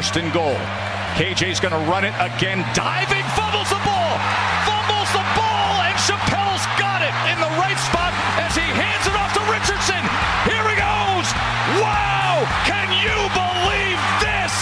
first and goal. KJ's going to run it again, diving, fumbles the ball, and Chappelle's got it in the right spot as he hands it off to Richardson. Here he goes! Wow! Can you believe this?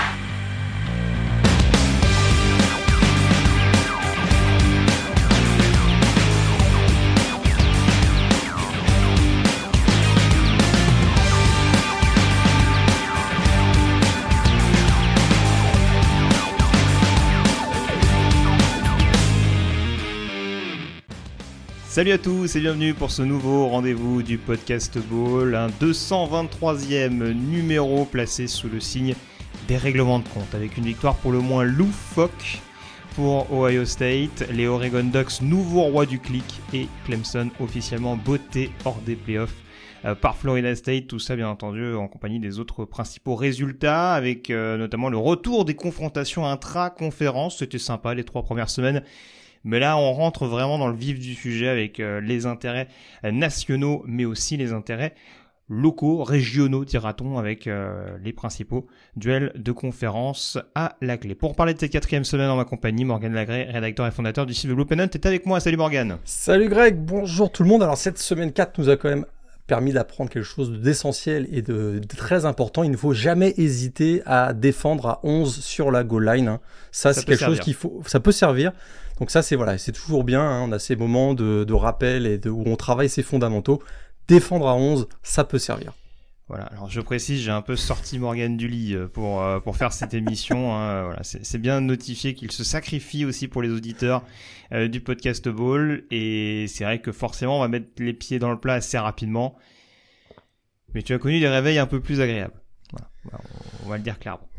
Salut à tous et bienvenue pour ce nouveau rendez-vous du Podcast Ball, un 223e numéro placé sous le signe des règlements de compte, avec une victoire pour le moins loufoque pour Ohio State, les Oregon Ducks nouveaux rois du clic et Clemson officiellement botté hors des playoffs par Florida State, tout ça bien entendu en compagnie des autres principaux résultats, avec notamment le retour des confrontations intra-conférences. C'était sympa les 3 premières semaines. Mais là, on rentre vraiment dans le vif du sujet avec les intérêts nationaux, mais aussi les intérêts locaux, régionaux, dira-t-on, avec les principaux duels de conférence à la clé. Pour parler de cette 4e semaine en ma compagnie, Morgan Lagré, rédacteur et fondateur du site de Blue Pennant, est avec moi. Salut Morgan. Salut Greg, bonjour tout le monde. Alors cette semaine 4 nous a quand même permis d'apprendre quelque chose d'essentiel et de très important. Il ne faut jamais hésiter à défendre à 11 sur la goal line. Hein. Ça c'est quelque chose qu'il faut, ça peut servir. Donc ça, c'est toujours bien, hein. On a ces moments de rappel et où on travaille ses fondamentaux. Défendre à 11, ça peut servir. Voilà, alors je précise, j'ai un peu sorti Morgan du lit pour faire cette émission. Hein. Voilà, c'est bien notifié qu'il se sacrifie aussi pour les auditeurs du Podcast Ball. Et c'est vrai que forcément, on va mettre les pieds dans le plat assez rapidement. Mais tu as connu des réveils un peu plus agréables. Voilà, on va le dire clairement.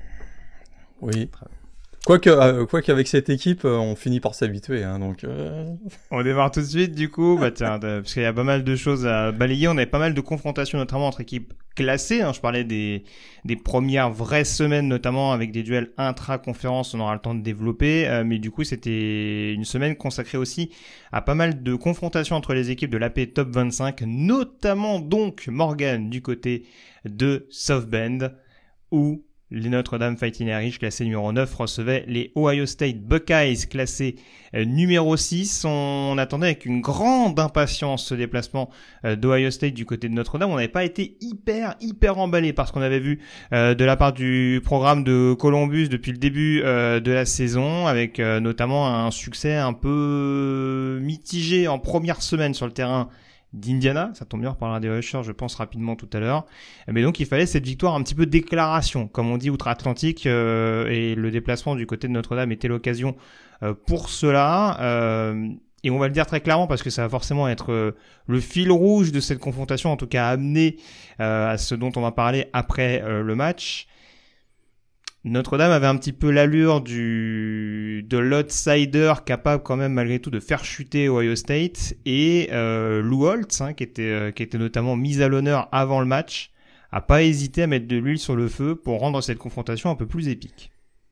Oui. Quoique avec cette équipe, on finit par s'habituer, hein, donc. On démarre tout de suite, du coup, tiens, parce qu'il y a pas mal de choses à balayer. On avait pas mal de confrontations, notamment entre équipes classées. Hein. Je parlais des premières vraies semaines, notamment avec des duels intra-conférence. On aura le temps de développer, mais du coup, c'était une semaine consacrée aussi à pas mal de confrontations entre les équipes de l'AP Top 25, notamment donc Morgan du côté de South Bend, où les Notre-Dame Fighting Irish, classés numéro 9, recevaient les Ohio State Buckeyes, classés numéro 6. On attendait avec une grande impatience ce déplacement d'Ohio State du côté de Notre-Dame. On n'avait pas été hyper emballé par ce qu'on avait vu de la part du programme de Columbus depuis le début de la saison, avec notamment un succès un peu mitigé en première semaine sur le terrain d'Indiana. Ça tombe bien, on reparlera des Rushers, je pense, rapidement tout à l'heure. Mais donc, il fallait cette victoire un petit peu déclaration, comme on dit outre-Atlantique, et le déplacement du côté de Notre-Dame était l'occasion pour cela. Et on va le dire très clairement parce que ça va forcément être le fil rouge de cette confrontation, en tout cas amené à ce dont on va parler après le match. Notre-Dame avait un petit peu l'allure de l'outsider capable quand même malgré tout de faire chuter Ohio State, et Lou Holtz, hein, qui était notamment mis à l'honneur avant le match, a pas hésité à mettre de l'huile sur le feu pour rendre cette confrontation un peu plus épique.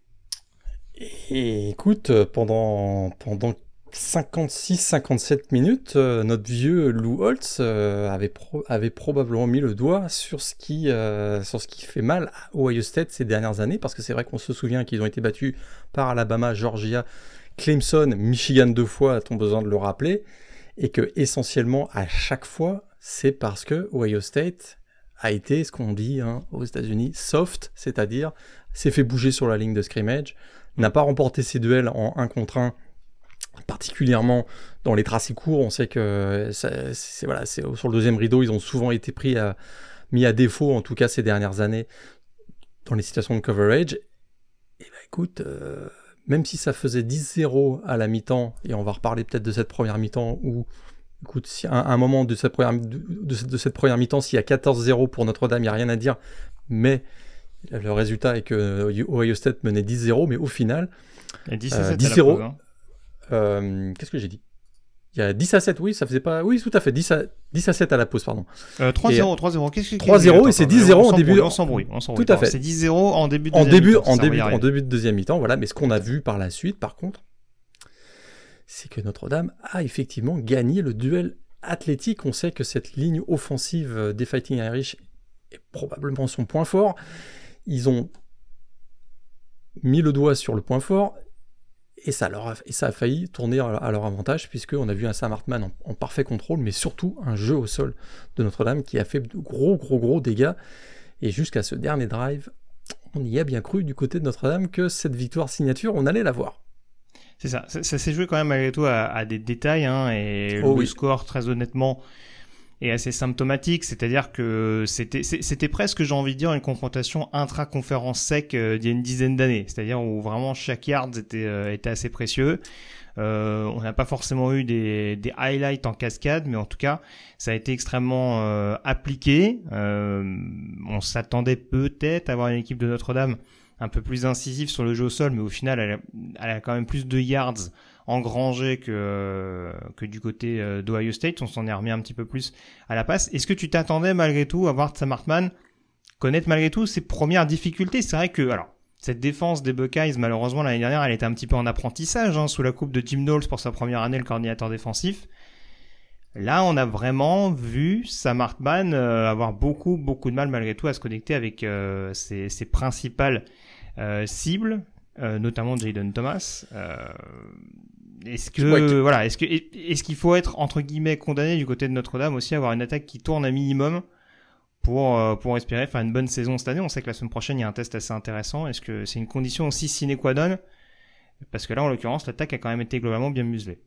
Et écoute, pendant 56-57 minutes, notre vieux Lou Holtz avait probablement mis le doigt sur ce qui fait mal à Ohio State ces dernières années, parce que c'est vrai qu'on se souvient qu'ils ont été battus par Alabama, Georgia, Clemson, Michigan 2 fois, a-t-on besoin de le rappeler, et que essentiellement à chaque fois, c'est parce que Ohio State a été ce qu'on dit aux États-Unis soft, c'est-à-dire s'est fait bouger sur la ligne de scrimmage, n'a pas remporté ses duels en 1 contre 1, particulièrement dans les tracés courts. On sait que c'est sur le deuxième rideau, ils ont souvent été mis à défaut, en tout cas ces dernières années, dans les situations de coverage. Et écoute, même si ça faisait 10-0 à la mi-temps, et on va reparler peut-être de cette première mi-temps, où, écoute, si à un moment de cette première mi-temps, s'il y a 14-0 pour Notre-Dame, il n'y a rien à dire, mais le résultat est que Ohio State menait 10-0, mais au final, 10-0. Qu'est-ce que j'ai dit ? Il y a 10-7, oui, ça faisait pas... Oui, tout à fait, 10-7 à la pause, pardon. 3-0, qu'est-ce que... 3-0, et c'est 10-0 en début... On s'embrouille. Tout à fait. C'est 10-0 en début de deuxième mi-temps. En début de deuxième mi-temps, voilà. Mais ce qu'on a vu par la suite, par contre, c'est que Notre-Dame a effectivement gagné le duel athlétique. On sait que cette ligne offensive des Fighting Irish est probablement son point fort. Ils ont mis le doigt sur le point fort, et ça a failli tourner à leur avantage, puisqu'on a vu un Sam Hartman en parfait contrôle, mais surtout un jeu au sol de Notre-Dame qui a fait de gros dégâts. Et jusqu'à ce dernier drive, on y a bien cru du côté de Notre-Dame que cette victoire signature, on allait la voir. C'est ça s'est joué quand même malgré tout à des détails, hein, et le score, très honnêtement, est assez symptomatique, c'est-à-dire que c'était presque, j'ai envie de dire, une confrontation intra-conférence sec d'il y a une dizaine d'années, c'est-à-dire où vraiment chaque yard était assez précieux. On n'a pas forcément eu des highlights en cascade, mais en tout cas, ça a été extrêmement appliqué. On s'attendait peut-être à avoir une équipe de Notre-Dame un peu plus incisive sur le jeu au sol, mais au final, elle a quand même plus de yards engrangés que du côté d'Ohio State. On s'en est remis un petit peu plus à la passe. Est-ce que tu t'attendais malgré tout à voir Sam Hartman connaître malgré tout ses premières difficultés? C'est vrai que, alors, cette défense des Buckeyes, malheureusement, l'année dernière, elle était un petit peu en apprentissage, hein, sous la coupe de Jim Knowles pour sa première année, le coordinateur défensif. Là, on a vraiment vu Sam Hartman avoir beaucoup de mal malgré tout à se connecter avec ses principales cibles, notamment Jayden Thomas. Est-ce qu'il faut être entre guillemets condamné du côté de Notre-Dame aussi, avoir une attaque qui tourne à minimum pour espérer faire une bonne saison cette année? On sait que la semaine prochaine il y a un test assez intéressant. Est-ce que c'est une condition aussi sine qua non? Parce que là, en l'occurrence, l'attaque a quand même été globalement bien muselée.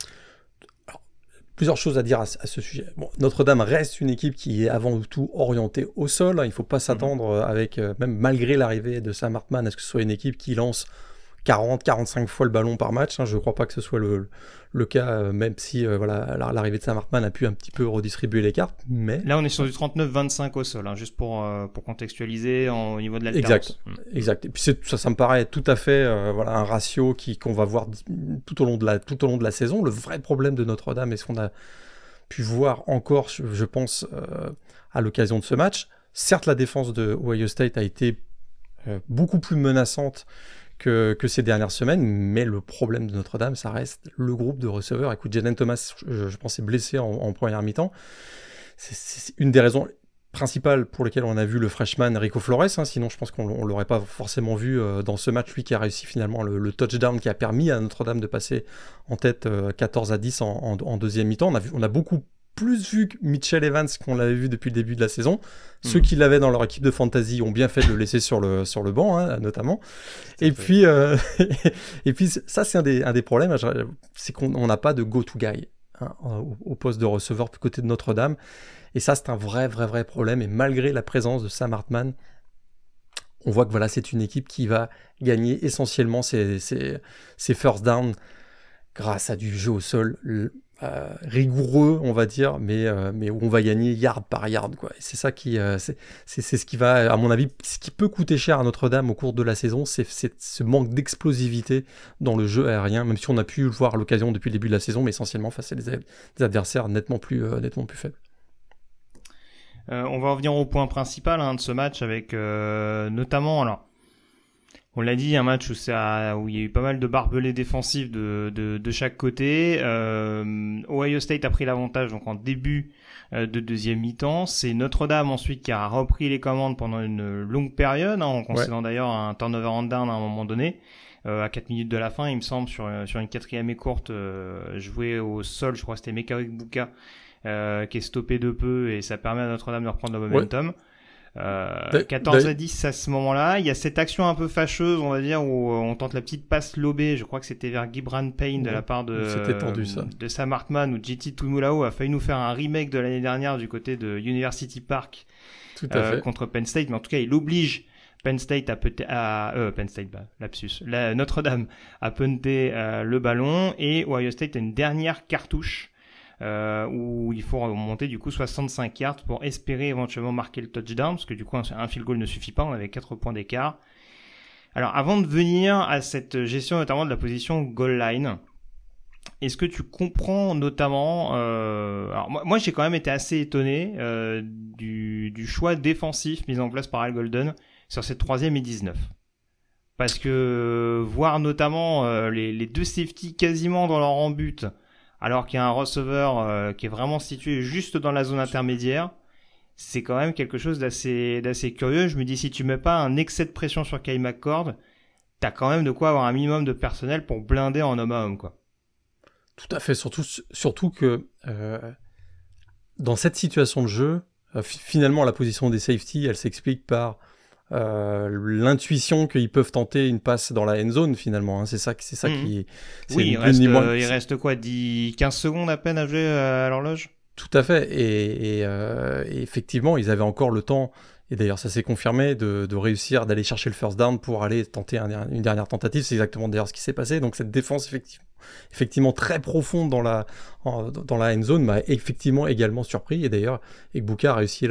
Plusieurs choses à dire à ce sujet. Bon, Notre-Dame reste une équipe qui est avant tout orientée au sol. Il ne faut pas s'attendre même malgré l'arrivée de Sam Hartman, à ce que ce soit une équipe qui lance 40-45 fois le ballon par match. Je ne crois pas que ce soit le cas, même si l'arrivée de Sam Hartman a pu un petit peu redistribuer les cartes. Mais là, on est sur du 39-25 au sol, hein, juste pour contextualiser au niveau de l'alternance. Exact. Et puis ça me paraît tout à fait un ratio qu'on va voir tout au long de la saison. Le vrai problème de Notre-Dame, et ce qu'on a pu voir encore, je pense, à l'occasion de ce match, certes, la défense de Ohio State a été beaucoup plus menaçante que ces dernières semaines, mais le problème de Notre-Dame, ça reste le groupe de receveurs. Écoute, Jayden Thomas, je pense, est blessé en première mi-temps. C'est une des raisons principales pour lesquelles on a vu le freshman Rico Flores, hein, sinon je pense qu'on l'aurait pas forcément vu dans ce match, lui qui a réussi finalement le touchdown qui a permis à Notre-Dame de passer en tête 14-10 en deuxième mi-temps. On a beaucoup plus vu que Mitchell Evans qu'on l'avait vu depuis le début de la saison. Ceux qui l'avaient dans leur équipe de fantasy ont bien fait de le laisser sur le banc, hein, notamment. Et puis ça, c'est un des problèmes, c'est qu'on n'a pas de go-to guy, hein, au poste de receveur du côté de Notre-Dame. Et ça, c'est un vrai problème. Et malgré la présence de Sam Hartman, on voit que c'est une équipe qui va gagner essentiellement ses first down grâce à du jeu au sol rigoureux, on va dire, mais où on va gagner yard par yard, quoi. Et c'est ça qui, c'est ce qui va, à mon avis, ce qui peut coûter cher à Notre-Dame au cours de la saison, c'est ce manque d'explosivité dans le jeu aérien, même si on a pu voir l'occasion depuis le début de la saison, mais essentiellement face à des adversaires nettement plus faibles. On va revenir au point principal de ce match avec notamment, alors, on l'a dit, un match où il y a eu pas mal de barbelés défensifs de chaque côté. Ohio State a pris l'avantage donc en début de deuxième mi-temps. C'est Notre-Dame ensuite qui a repris les commandes pendant une longue période, hein, en concédant d'ailleurs un turnover and down à un moment donné. À 4 minutes de la fin, il me semble, sur une quatrième et courte, jouée au sol, je crois que c'était Mekawek Buka, qui est stoppé de peu, et ça permet à Notre-Dame de reprendre le momentum. Ouais. 14-10 à ce moment-là. Il y a cette action un peu fâcheuse, on va dire, où on tente la petite passe lobée. Je crois que c'était vers Gibran Payne de la part de Sam Hartman, où JT Tumulao a failli nous faire un remake de l'année dernière du côté de University Park contre Penn State. Mais en tout cas, il oblige Notre-Dame à punter le ballon, et Ohio State a une dernière cartouche où il faut remonter du coup 65 yards pour espérer éventuellement marquer le touchdown, parce que du coup un field goal ne suffit pas, on avait 4 points d'écart. Alors avant de venir à cette gestion notamment de la position goal line, est-ce que tu comprends notamment alors moi j'ai quand même été assez étonné du choix défensif mis en place par Al Golden sur cette 3e et 19, parce que voir notamment les deux safeties quasiment dans leur rang but, alors qu'il y a un receveur qui est vraiment situé juste dans la zone intermédiaire, c'est quand même quelque chose d'assez curieux. Je me dis, si tu mets pas un excès de pression sur Kyle McCord, t'as quand même de quoi avoir un minimum de personnel pour blinder en homme à homme, quoi. Tout à fait, surtout que dans cette situation de jeu, finalement la position des safety, elle s'explique par l'intuition qu'ils peuvent tenter une passe dans la end zone finalement, hein. C'est ça qui est... Oui, il reste quoi, 15 secondes à peine à jouer à l'horloge. Tout à fait, et effectivement ils avaient encore le temps, et d'ailleurs ça s'est confirmé, de réussir d'aller chercher le first down pour aller tenter une dernière tentative. C'est exactement d'ailleurs ce qui s'est passé. Donc cette défense effectivement très profonde dans la end zone m'a effectivement également surpris, et d'ailleurs Egbuka a réussi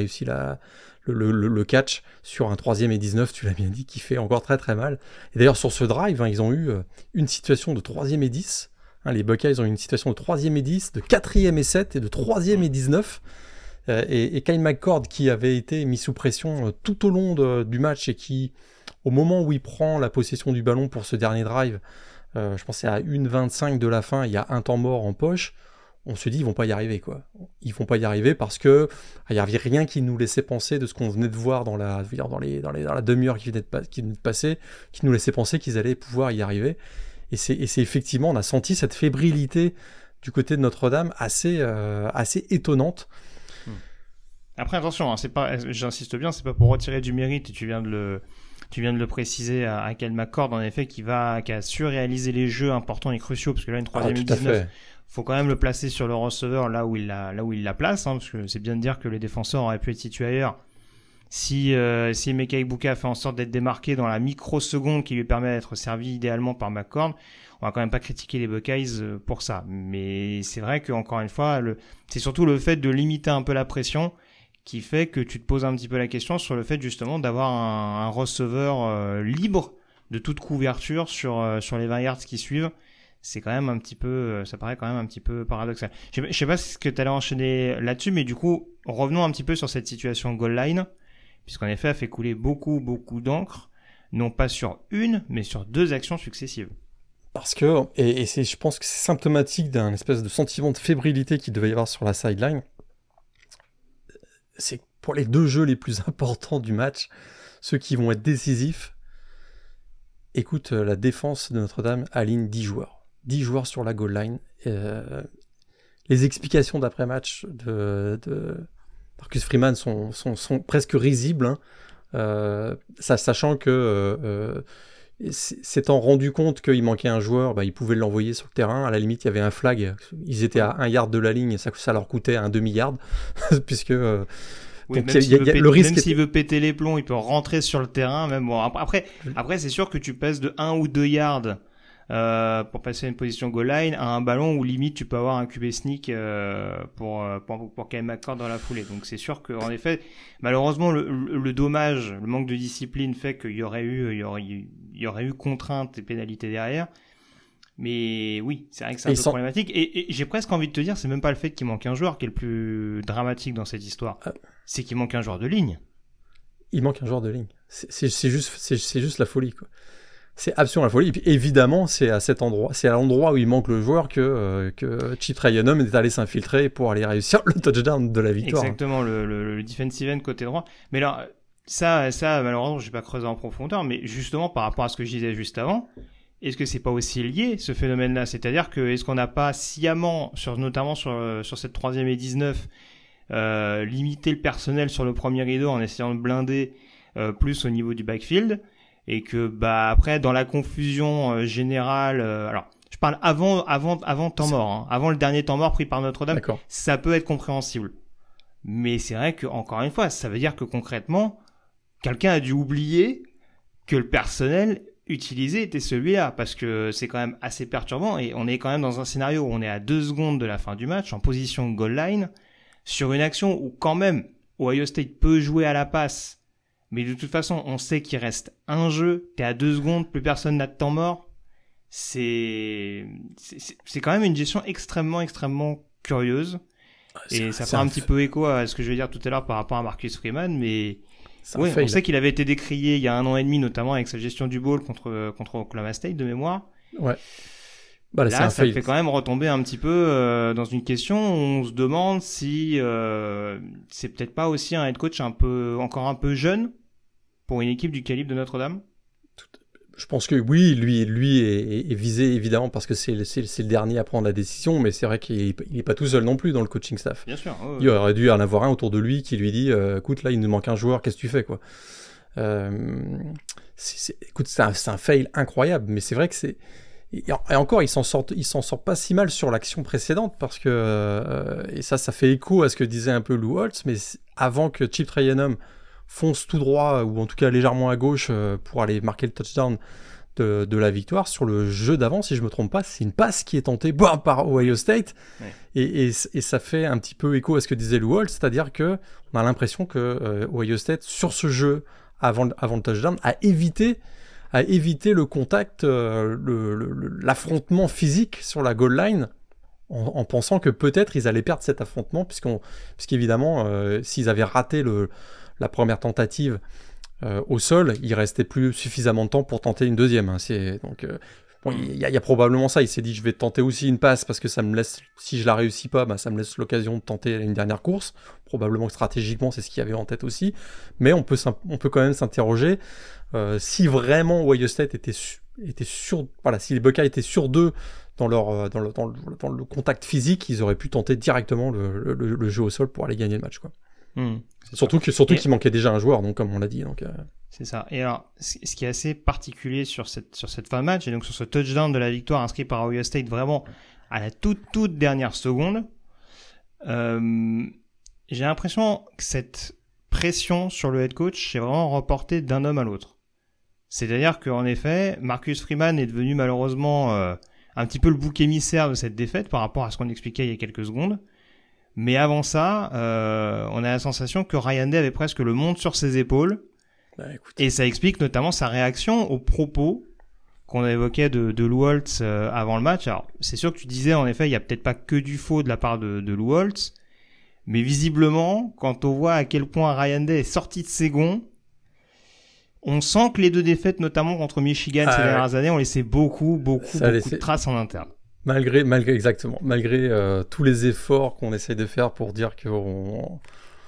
le catch sur un 3e et 19, tu l'as bien dit, qui fait encore très très mal. Et d'ailleurs sur ce drive, hein, ils ont eu une situation de 3e et 10, hein, les Buckeyes ont eu une situation de 3e et 10, de 4e et 7 et de 3e et 19. Et Kyle McCord, qui avait été mis sous pression tout au long du match, et qui, au moment où il prend la possession du ballon pour ce dernier drive, je pense que c'est à 1:25 de la fin, il y a un temps mort en poche, on se dit ils vont pas y arriver, quoi. Ils vont pas y arriver parce que il y avait rien qui nous laissait penser de ce qu'on venait de voir dans la demi-heure qui venait de passer, qui nous laissait penser qu'ils allaient pouvoir y arriver. Et c'est effectivement, on a senti cette fébrilité du côté de Notre-Dame assez étonnante. Après attention, hein, j'insiste bien, c'est pas pour retirer du mérite, et tu viens de le préciser à Kyle McCord, en effet, qui a su réaliser les jeux importants et cruciaux, parce que là, une 3e et 19, faut quand même le placer sur le receveur là où il la place, hein, parce que c'est bien de dire que les défenseurs auraient pu être situés ailleurs. Si Emeka Egbuka fait en sorte d'être démarqué dans la microseconde qui lui permet d'être servi idéalement par McCord, on va quand même pas critiquer les Buckeyes pour ça. Mais c'est vrai que, encore une fois, c'est surtout le fait de limiter un peu la pression qui fait que tu te poses un petit peu la question sur le fait justement d'avoir un receveur libre de toute couverture sur les 20 yards qui suivent. C'est quand même ça paraît quand même un petit peu paradoxal. Je sais pas ce que tu allais enchaîner là-dessus, mais du coup, revenons un petit peu sur cette situation goal line, puisqu'en effet, elle fait couler beaucoup, beaucoup d'encre, non pas sur une, mais sur 2 actions successives. Parce que, je pense que c'est symptomatique d'un espèce de sentiment de fébrilité qu'il devait y avoir sur la sideline. C'est pour les 2 jeux les plus importants du match, ceux qui vont être décisifs. Écoute, la défense de Notre-Dame aligne 10 joueurs. 10 joueurs sur la goal line. Les explications d'après-match de Marcus Freeman sont presque risibles, hein. Sachant que s'étant rendu compte qu'il manquait un joueur, il pouvait l'envoyer sur le terrain. À la limite, il y avait un flag. Ils étaient à 1 yard de la ligne, et ça leur coûtait un demi-yard, puisque... Oui, donc le risque, s'il veut péter les plombs, il peut rentrer sur le terrain. Même bon, après, c'est sûr que tu passes de 1 ou 2 yards pour passer à une position goal line à un ballon où limite tu peux avoir un QB sneak pour Kyle McCord dans la foulée. Donc c'est sûr qu'en effet, malheureusement, le dommage, le manque de discipline fait qu'il y aurait eu contrainte et pénalité derrière. Mais oui, c'est vrai que c'est un peu problématique. Et j'ai presque envie de te dire, c'est même pas le fait qu'il manque un joueur qui est le plus dramatique dans cette histoire. C'est qu'il manque un joueur de ligne. Il manque un joueur de ligne. C'est juste la folie, quoi. C'est absolument la folie. Et puis, évidemment, c'est à l'endroit où il manque le joueur que Chip Trayanum est allé s'infiltrer pour aller réussir le touchdown de la victoire. Exactement, le defensive end côté droit. Mais alors, ça, malheureusement, je vais pas creuser en profondeur, mais justement, par rapport à ce que je disais juste avant, est-ce que c'est pas aussi lié, ce phénomène-là? C'est-à-dire que, est-ce qu'on n'a pas sciemment, notamment sur cette 3e et 19, limité le personnel sur le premier rideau en essayant de blinder plus au niveau du backfield, et que après, dans la confusion générale, alors je parle avant temps mort, hein, avant le dernier temps mort pris par Notre-Dame. D'accord. Ça peut être compréhensible, mais c'est vrai que, encore une fois, ça veut dire que concrètement, quelqu'un a dû oublier que le personnel utilisé était celui-là, parce que c'est quand même assez perturbant, et on est quand même dans un scénario où on est à 2 secondes de la fin du match, en position goal line, sur une action où quand même Ohio State peut jouer à la passe, mais de toute façon on sait qu'il reste un jeu, t'es à 2 secondes, plus personne n'a de temps mort. C'est quand même une gestion extrêmement curieuse, et ça fait un petit peu écho à ce que je vais dire tout à l'heure par rapport à Marcus Freeman, mais oui, on sait qu'il avait été décrié il y a 1 an et demi, notamment avec sa gestion du ball contre Oklahoma State de mémoire. Ouais. Là, ça fait quand même retomber un petit peu dans une question où on se demande si c'est peut-être pas aussi un head coach encore un peu jeune pour une équipe du calibre de Notre-Dame. Je pense que oui, lui est visé évidemment parce que c'est le dernier à prendre la décision, mais c'est vrai qu'il n'est pas tout seul non plus dans le coaching staff. Bien sûr. Il aurait dû en avoir un autour de lui qui lui dit écoute, là il nous manque un joueur, qu'est-ce que tu fais quoi. Écoute, c'est un fail incroyable, mais c'est vrai que c'est. Et encore, il s'en sort pas si mal sur l'action précédente parce que et ça fait écho à ce que disait un peu Lou Holtz, mais avant que Chip Trayanum fonce tout droit ou en tout cas légèrement à gauche pour aller marquer le touchdown de la victoire sur le jeu d'avant, si je me trompe pas, c'est une passe qui est tentée par Ohio State et ça fait un petit peu écho à ce que disait Lou Holtz, c'est-à-dire que on a l'impression que Ohio State sur ce jeu avant le touchdown a évité le contact, l'affrontement physique sur la goal line, en pensant que peut-être ils allaient perdre cet affrontement, puisqu'évidemment, s'ils avaient raté la première tentative au sol, il restait plus suffisamment de temps pour tenter une deuxième. Hein. Il y a probablement ça. Il s'est dit, je vais tenter aussi une passe parce que ça me laisse, si je la réussis pas, ça me laisse l'occasion de tenter une dernière course. Probablement que stratégiquement, c'est ce qu'il y avait en tête aussi. Mais on peut quand même s'interroger si vraiment Ohio State était sûr, voilà, si les Buckeyes étaient sûrs d'eux dans le contact physique, ils auraient pu tenter directement le jeu au sol pour aller gagner le match, quoi. Surtout qu'il manquait déjà un joueur, donc comme on l'a dit. Donc, c'est ça. Et alors, ce qui est assez particulier sur cette fin de match, et donc sur ce touchdown de la victoire inscrit par Ohio State vraiment à la toute dernière seconde, j'ai l'impression que cette pression sur le head coach s'est vraiment reportée d'un homme à l'autre. C'est-à-dire qu'en effet, Marcus Freeman est devenu malheureusement un petit peu le bouc émissaire de cette défaite par rapport à ce qu'on expliquait il y a quelques secondes. Mais avant ça, on a la sensation que Ryan Day avait presque le monde sur ses épaules. Et ça explique notamment sa réaction aux propos qu'on évoquait de Lou Holtz avant le match. Alors, c'est sûr que tu disais, en effet, il n'y a peut-être pas que du faux de la part de Lou Holtz. Mais visiblement, quand on voit à quel point Ryan Day est sorti de ses gonds, on sent que les deux défaites, notamment contre Michigan ces dernières années, ont laissé beaucoup de traces en interne. Malgré tous les efforts qu'on essaye de faire pour dire qu'on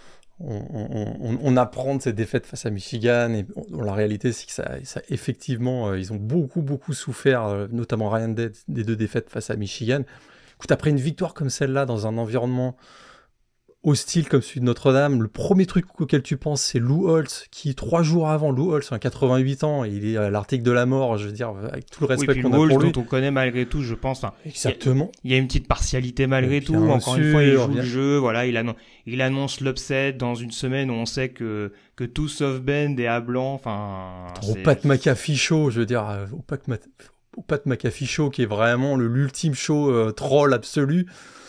apprend de ces défaites face à Michigan, et la réalité c'est que ça effectivement ils ont beaucoup souffert, notamment Ryan Day, des deux défaites face à Michigan. Écoute, après une victoire comme celle-là dans un environnement hostile comme celui de Notre-Dame, le premier truc auquel tu penses, c'est Lou Holtz, qui 3 jours avant, Lou Holtz, 88 ans, il est à l'article de la mort, je veux dire, avec tout le respect qu'on a pour lui. Dont on connaît malgré tout, je pense. Exactement. Il y a une petite partialité malgré tout. Encore une fois, il joue le jeu. Voilà, il annonce l'upset dans une semaine où on sait que tout South Bend est à blanc. Enfin, au Pat McAfee Show, je veux dire, au Pat McAfee Show, qui est vraiment l'ultime show troll absolu.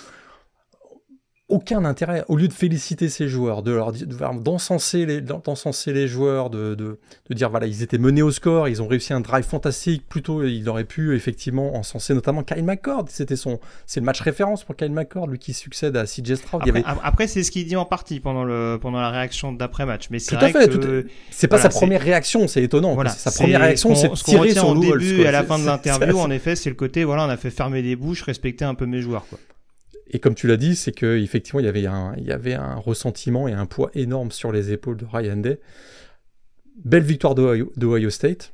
Aucun intérêt, au lieu de féliciter ces joueurs, d'encenser les joueurs, de dire voilà, ils étaient menés au score, ils ont réussi un drive fantastique, plutôt il aurait pu effectivement encenser notamment Kyle McCord, c'est le match référence pour Kyle McCord, lui qui succède à CJ Stroud. Après c'est ce qu'il dit en partie pendant la réaction d'après-match, mais c'est tout vrai à fait, que c'est pas sa première réaction, c'est étonnant. Voilà, sa première réaction, c'est de tirer sur Lou Holtz. Au début et à la fin de l'interview, en effet, c'est le côté voilà, on a fait fermer des bouches, respecter un peu mes joueurs, quoi. Et comme tu l'as dit, c'est qu'effectivement, il y avait un ressentiment et un poids énorme sur les épaules de Ryan Day. Belle victoire d'Ohio State.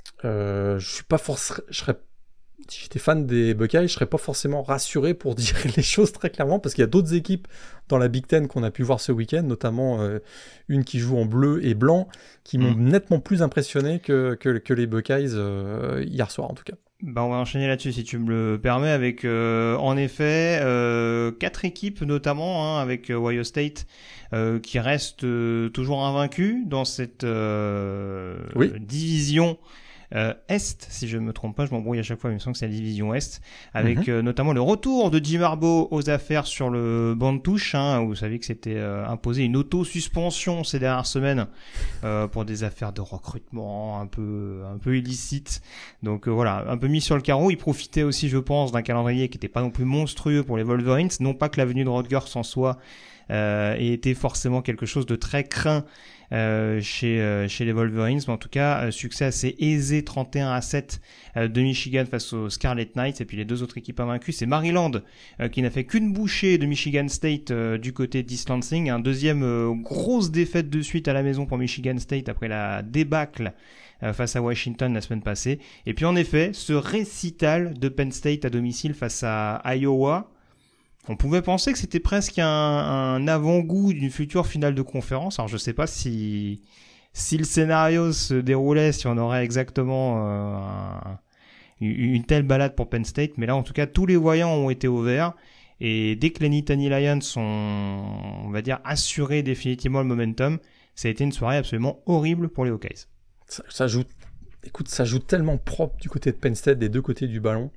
Si j'étais fan des Buckeyes, je serais pas forcément rassuré pour dire les choses très clairement, parce qu'il y a d'autres équipes dans la Big Ten qu'on a pu voir ce week-end, notamment une qui joue en bleu et blanc, qui m'ont nettement plus impressionné que les Buckeyes hier soir en tout cas. On va enchaîner là-dessus si tu me le permets avec en effet 4 équipes notamment avec Ohio State qui restent toujours invaincus dans cette division Est, si je ne me trompe pas, je m'embrouille à chaque fois, il me semble que c'est la division Est, avec notamment le retour de Jim Harbaugh aux affaires sur le banc de touche, où vous savez que c'était imposé une auto-suspension ces dernières semaines pour des affaires de recrutement un peu illicites. Donc voilà, un peu mis sur le carreau. Il profitait aussi, je pense, d'un calendrier qui n'était pas non plus monstrueux pour les Wolverines, non pas que la venue de Rutgers en soi ait été forcément quelque chose de très craint chez les Wolverines, mais en tout cas succès assez aisé 31-7 de Michigan face aux Scarlet Knights. Et puis les deux autres équipes invaincues, c'est Maryland qui n'a fait qu'une bouchée de Michigan State du côté d'East Lansing, un deuxième grosse défaite de suite à la maison pour Michigan State après la débâcle face à Washington la semaine passée. Et puis en effet, ce récital de Penn State à domicile face à Iowa, on pouvait penser que c'était presque un avant-goût d'une future finale de conférence. Alors je sais pas si le scénario se déroulait, si on aurait exactement une telle balade pour Penn State, mais là en tout cas tous les voyants ont été au vert. Et dès que les Nittany Lions ont, on va dire, assuré définitivement le momentum, ça a été une soirée absolument horrible pour les Hawkeyes. Ça joue tellement propre du côté de Penn State, des deux côtés du ballon.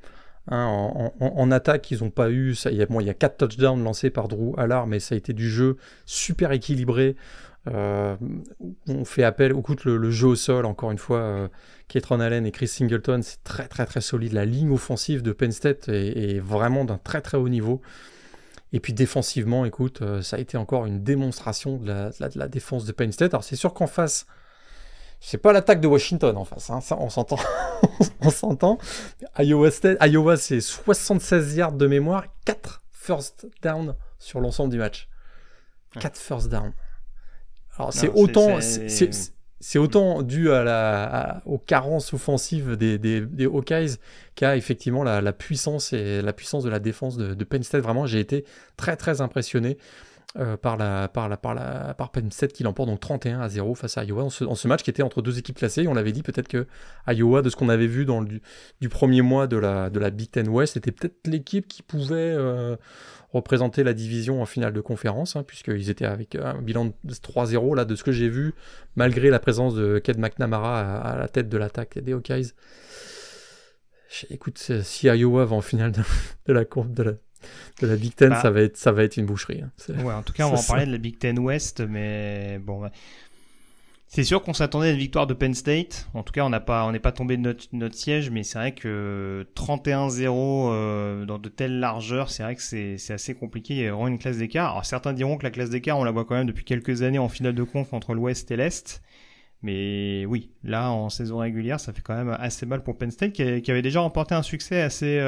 En attaque, ils n'ont pas eu... Il y a 4 touchdowns lancés par Drew Allard, mais ça a été du jeu super équilibré. On fait appel, écoute, le jeu au sol, encore une fois, Kaytron Allen et Chris Singleton, c'est très très très solide. La ligne offensive de Penn State est vraiment d'un très très haut niveau. Et puis défensivement, écoute, ça a été encore une démonstration de la défense de Penn State. Alors c'est sûr qu'en face, c'est pas l'attaque de Washington en face, hein, ça on s'entend. On s'entend. Iowa, c'est 76 yards de mémoire, 4 first down sur l'ensemble du match. 4 first down. Alors c'est autant dû aux carences offensives des Hawkeyes qu'à effectivement la puissance de la défense de Penn State. Vraiment, j'ai été très très impressionné par Penn State qui l'emporte donc 31-0 face à Iowa en ce match qui était entre deux équipes classées. Et on l'avait dit peut-être que Iowa, de ce qu'on avait vu du premier mois de la Big Ten West, était peut-être l'équipe qui pouvait représenter la division en finale de conférence, hein, puisqu'ils étaient avec un bilan de 3-0 là, de ce que j'ai vu, malgré la présence de Cade McNamara à la tête de l'attaque des Hawkeyes. Écoute, si Iowa va en finale de la Big Ten, ça va être une boucherie. Hein. Ouais, en tout cas, on va en parler de la Big Ten West, mais bon, c'est sûr qu'on s'attendait à une victoire de Penn State. En tout cas, on n'est pas tombé de notre siège, mais c'est vrai que 31-0 dans de telles largeurs, c'est vrai que c'est assez compliqué. Il y a vraiment une classe d'écart. Alors certains diront que la classe d'écart, on la voit quand même depuis quelques années en finale de conf entre l'Ouest et l'Est. Mais oui, là, en saison régulière, ça fait quand même assez mal pour Penn State, qui avait déjà remporté un succès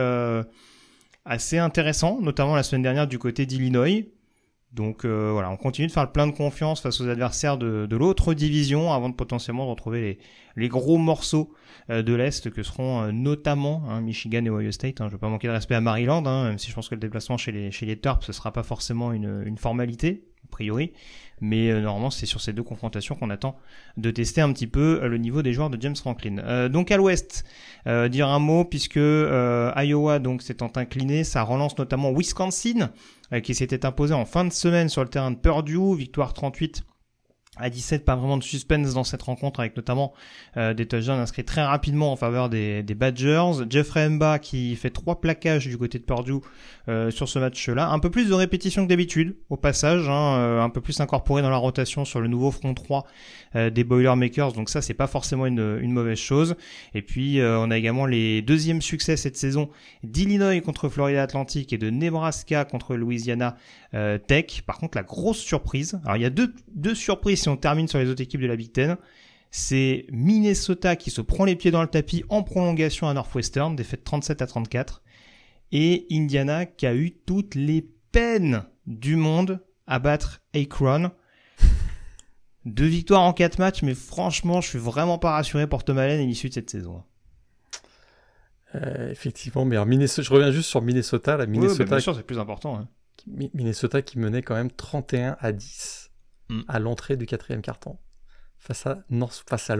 assez intéressant, notamment la semaine dernière du côté d'Illinois. Donc voilà, on continue de faire le plein de confiance face aux adversaires de l'autre division avant de potentiellement retrouver les gros morceaux de l'Est que seront notamment Michigan et Ohio State. Je ne veux pas manquer de respect à Maryland, même si je pense que le déplacement chez les Terps ce sera pas forcément une formalité a priori, mais normalement c'est sur ces deux confrontations qu'on attend de tester un petit peu le niveau des joueurs de James Franklin. Donc à l'Ouest, dire un mot puisque Iowa donc s'étant incliné, ça relance notamment Wisconsin qui s'était imposé en fin de semaine sur le terrain de Purdue, victoire 38-17, pas vraiment de suspense dans cette rencontre avec notamment des touchdowns inscrits très rapidement en faveur des Badgers. Jeffrey Mba qui fait 3 plaquages du côté de Purdue sur ce match-là. Un peu plus de répétition que d'habitude au passage, un peu plus incorporé dans la rotation sur le nouveau front 3 des Boilermakers, donc ça c'est pas forcément une mauvaise chose. Et puis on a également les deuxièmes succès cette saison d'Illinois contre Florida Atlantic et de Nebraska contre Louisiana Tech. Par contre la grosse surprise, alors il y a deux surprises si on termine sur les autres équipes de la Big Ten, c'est Minnesota qui se prend les pieds dans le tapis en prolongation à Northwestern, défaite 37-34, et Indiana qui a eu toutes les peines du monde à battre Akron. 2 victoires en 4 matchs, mais franchement, je suis vraiment pas rassuré pour Tom Allen à l'issue de cette saison. Effectivement, mais alors je reviens juste sur Minnesota. Oui, bien sûr, c'est plus important. Hein. Minnesota qui menait quand même 31-10 à l'entrée du 4e quart-temps face à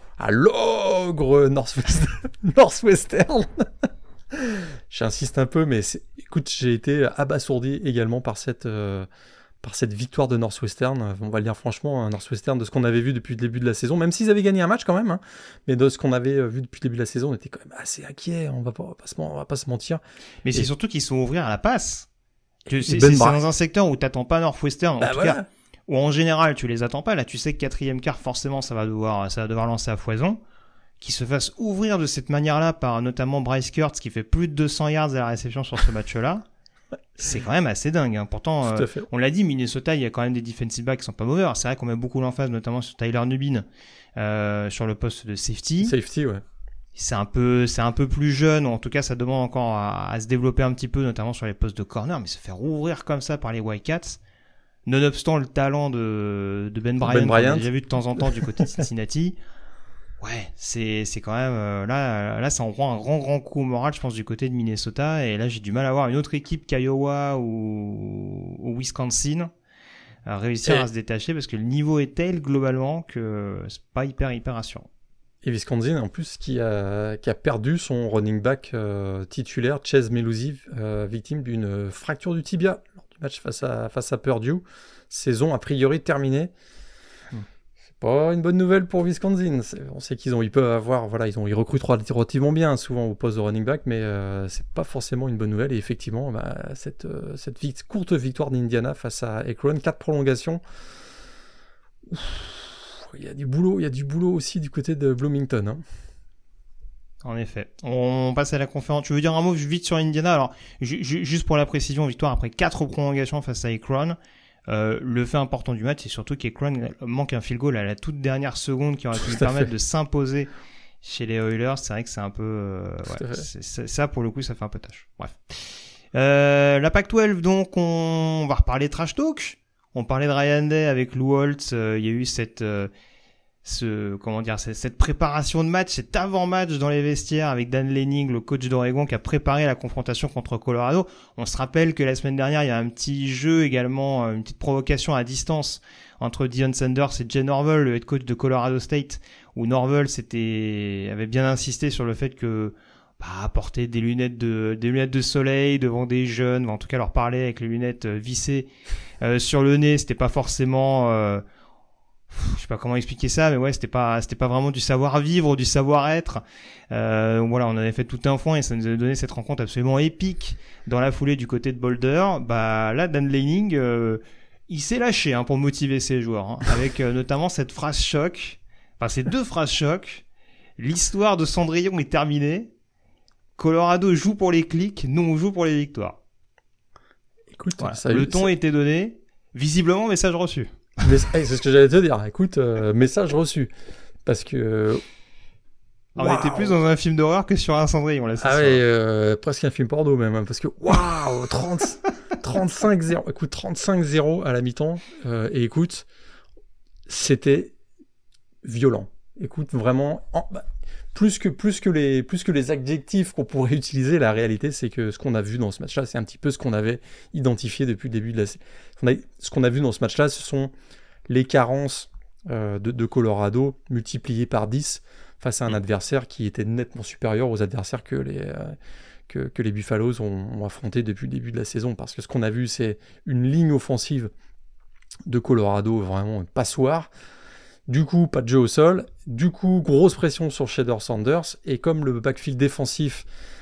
l'ogre Northwestern. J'insiste un peu, mais écoute, j'ai été abasourdi également par cette victoire de Northwestern. On va le dire franchement, Northwestern, de ce qu'on avait vu depuis le début de la saison, même s'ils avaient gagné un match quand même, mais de ce qu'on avait vu depuis le début de la saison, on était quand même assez inquiets, on va pas se mentir. Mais c'est surtout qu'ils sont ouverts à la passe. C'est dans un secteur où t'attends pas Northwestern, en tout cas, ou en général tu les attends pas. Là tu sais que 4e quart forcément ça va devoir lancer à foison. Qui se fasse ouvrir de cette manière-là par notamment Bryce Kurtz qui fait plus de 200 yards à la réception sur ce match-là. C'est quand même assez dingue. Hein. Pourtant, on l'a dit, Minnesota, il y a quand même des defensive backs qui sont pas mauvais. Alors, c'est vrai qu'on met beaucoup l'emphase, notamment sur Tyler Nubin, sur le poste de safety. Safety, ouais. C'est un peu plus jeune, ou en tout cas, ça demande encore à se développer un petit peu, notamment sur les postes de corner, mais se faire ouvrir comme ça par les Wildcats, nonobstant le talent de Ben Bryant, qu'on a déjà vu de temps en temps du côté de Cincinnati. Ouais, c'est quand même là ça en prend un grand coup au moral, je pense, du côté de Minnesota, et là j'ai du mal à voir une autre équipe qu'Iowa ou Wisconsin à réussir à se détacher, parce que le niveau est tel globalement que c'est pas hyper rassurant. Et Wisconsin en plus qui a perdu son running back titulaire Chase Meluzzi, victime d'une fracture du tibia lors du match face à Purdue, saison a priori terminée. Pas une bonne nouvelle pour Wisconsin. On sait ils recrutent relativement bien souvent au poste de running back, mais c'est pas forcément une bonne nouvelle. Et effectivement, cette courte victoire d'Indiana face à Akron, 4 prolongations. Il y a du boulot aussi du côté de Bloomington. Hein. En effet. On passe à la conférence. Tu veux dire un mot vite sur Indiana? Alors, juste pour la précision, victoire après 4 prolongations face à Akron. Le fait important du match, c'est surtout qu'Akron manque un field goal à la toute dernière seconde qui aurait pu lui permettre de s'imposer chez les Oilers. C'est vrai que c'est un peu... ça, pour le coup, ça fait un peu tâche. Bref. La Pac-12, donc, on va reparler trash talk. On parlait de Ryan Day avec Lou Holtz. Il y a eu cette préparation de match, cet avant-match dans les vestiaires avec Dan Lanning, le coach d'Oregon, qui a préparé la confrontation contre Colorado. On se rappelle que la semaine dernière, il y a un petit jeu également, une petite provocation à distance entre Deion Sanders et Jay Norvell, le head coach de Colorado State, où Norvell avait bien insisté sur le fait que porter des lunettes de soleil devant des jeunes, en tout cas leur parler avec les lunettes vissées sur le nez, c'était pas forcément je sais pas comment expliquer ça, mais ouais, c'était pas vraiment du savoir-vivre, du savoir-être. On avait fait tout un foin et ça nous a donné cette rencontre absolument épique dans la foulée du côté de Boulder. Là, Dan Lanning, il s'est lâché pour motiver ses joueurs, avec notamment cette phrase choc. Enfin, ces 2 phrases choc. L'histoire de Cendrillon est terminée. Colorado joue pour les clics, nous on joue pour les victoires. Écoute, le ton a été donné. Visiblement, message reçu. C'est ce que j'allais te dire. Écoute, message reçu. Parce que... On était plus dans un film d'horreur que sur un Cendrillon. Là, presque un film porno même. Parce que, 35-0. Écoute, 35-0 à la mi-temps. Et écoute, c'était violent. Écoute, vraiment... Plus que les adjectifs qu'on pourrait utiliser, la réalité, c'est que ce qu'on a vu dans ce match-là, c'est un petit peu ce qu'on avait identifié depuis le début de la saison. Ce qu'on a vu dans ce match-là, ce sont les carences de Colorado multipliées par 10 face à un adversaire qui était nettement supérieur aux adversaires que les Buffaloes ont affrontés depuis le début de la saison. Parce que ce qu'on a vu, c'est une ligne offensive de Colorado vraiment une passoire. Du coup, pas de jeu au sol. Du coup, grosse pression sur Shedeur Sanders. Et comme le backfield défensif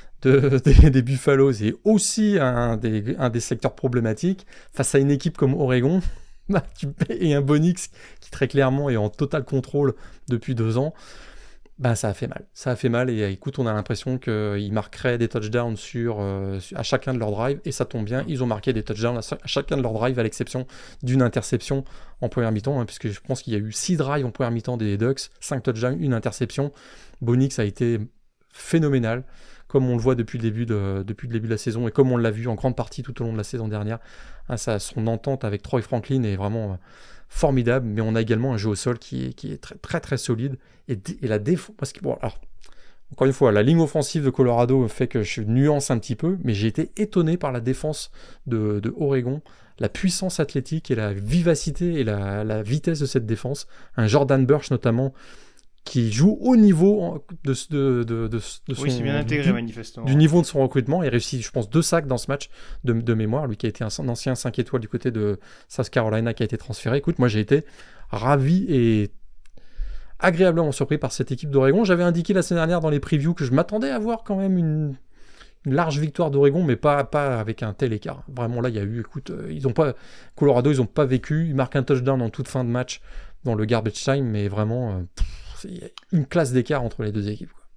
des Buffaloes est aussi un des secteurs problématiques, face à une équipe comme Oregon, et un Bonix qui très clairement est en total contrôle depuis 2 ans, ça a fait mal. Ça a fait mal et écoute, on a l'impression qu'ils marqueraient des touchdowns à chacun de leurs drives, et ça tombe bien, ils ont marqué des touchdowns à chacun de leurs drives, à l'exception d'une interception en première mi-temps, puisque je pense qu'il y a eu 6 drives en première mi-temps des Ducks, 5 touchdowns, une interception. Bonix a été phénoménal, comme on le voit depuis le début de la saison, et comme on l'a vu en grande partie tout au long de la saison dernière. Son entente avec Troy Franklin est vraiment formidable, mais on a également un jeu au sol qui est très très très solide, et la défense, parce que encore une fois, la ligne offensive de Colorado fait que je nuance un petit peu, mais j'ai été étonné par la défense de Oregon, la puissance athlétique et la vivacité et la vitesse de cette défense. Un Jordan Burch notamment, qui joue au niveau de son... Oui, c'est bien intégré, manifestement. Du niveau de son recrutement, et réussit, je pense, 2 sacs dans ce match de mémoire, lui qui a été un ancien 5 étoiles du côté de South Carolina qui a été transféré. Écoute, moi j'ai été ravi et agréablement surpris par cette équipe d'Oregon. J'avais indiqué la semaine dernière dans les previews que je m'attendais à voir quand même une large victoire d'Oregon, mais pas avec un tel écart. Vraiment là, il y a eu, écoute, Colorado, ils n'ont pas vécu, ils marquent un touchdown en toute fin de match dans le garbage time, mais vraiment... il y a une classe d'écart entre les 2 équipes.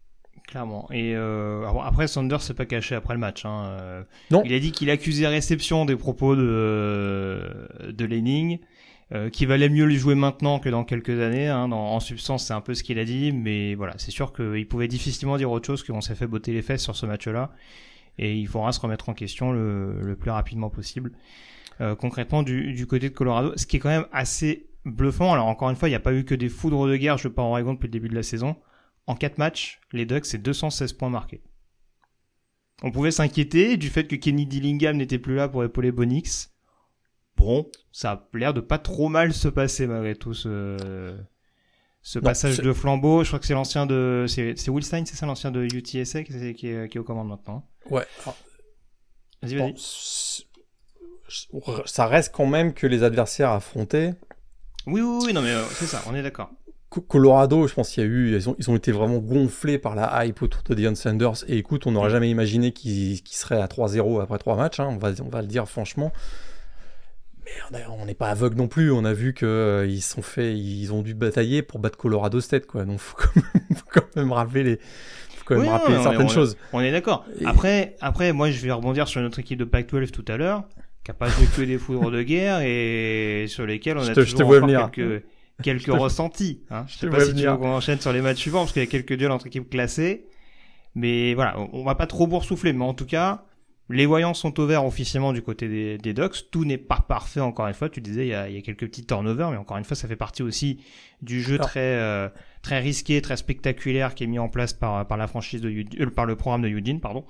Clairement. Et après, Sanders s'est pas caché après le match. Non. Il a dit qu'il accusait réception des propos de Lanning, qu'il valait mieux lui jouer maintenant que dans quelques années. En substance, c'est un peu ce qu'il a dit, mais voilà, c'est sûr qu'il pouvait difficilement dire autre chose qu'on s'est fait botter les fesses sur ce match-là. Et il faudra se remettre en question le plus rapidement possible. Concrètement, du côté de Colorado, ce qui est quand même assez bluffant. Alors encore une fois, il n'y a pas eu que des foudres de guerre, je pars en Oregon depuis le début de la saison. En 4 matchs, les Ducks, c'est 216 points marqués. On pouvait s'inquiéter du fait que Kenny Dillingham n'était plus là pour épauler Bonix. Bon, ça a l'air de pas trop mal se passer malgré tout ce passage de flambeau. Je crois que c'est l'ancien de... C'est Will Stein, c'est ça, l'ancien de UTSA qui est aux commandes maintenant. Ouais. Vas-y. Bon, ça reste quand même que les adversaires affrontés. Oui, non mais c'est ça, on est d'accord. Colorado, je pense ils ont été vraiment gonflés par la hype autour de Deion Sanders. Et écoute, on n'aurait jamais imaginé qu'ils seraient à 3-0 après 3 matchs. On va le dire franchement. Mais on n'est pas aveugle non plus. On a vu qu'ils ont dû batailler pour battre Colorado State, quoi. Donc faut quand même rappeler certaines choses. On est d'accord. Après, moi, je vais rebondir sur notre équipe de Pac-12 tout à l'heure, qui a pas joué que des foudres de guerre et sur lesquels on a toujours encore quelques ressentis. Je sais pas si tu veux qu'on enchaîne sur les matchs suivants, parce qu'il y a quelques duels entre équipes classées. Mais voilà, on va pas trop boursoufler. Mais en tout cas, les voyants sont au vert officiellement du côté des Ducks. Tout n'est pas parfait, encore une fois. Tu disais, il y a quelques petits turnovers, mais encore une fois, ça fait partie aussi du jeu très risqué, très spectaculaire qui est mis en place par la franchise par le programme de Eugene, pardon.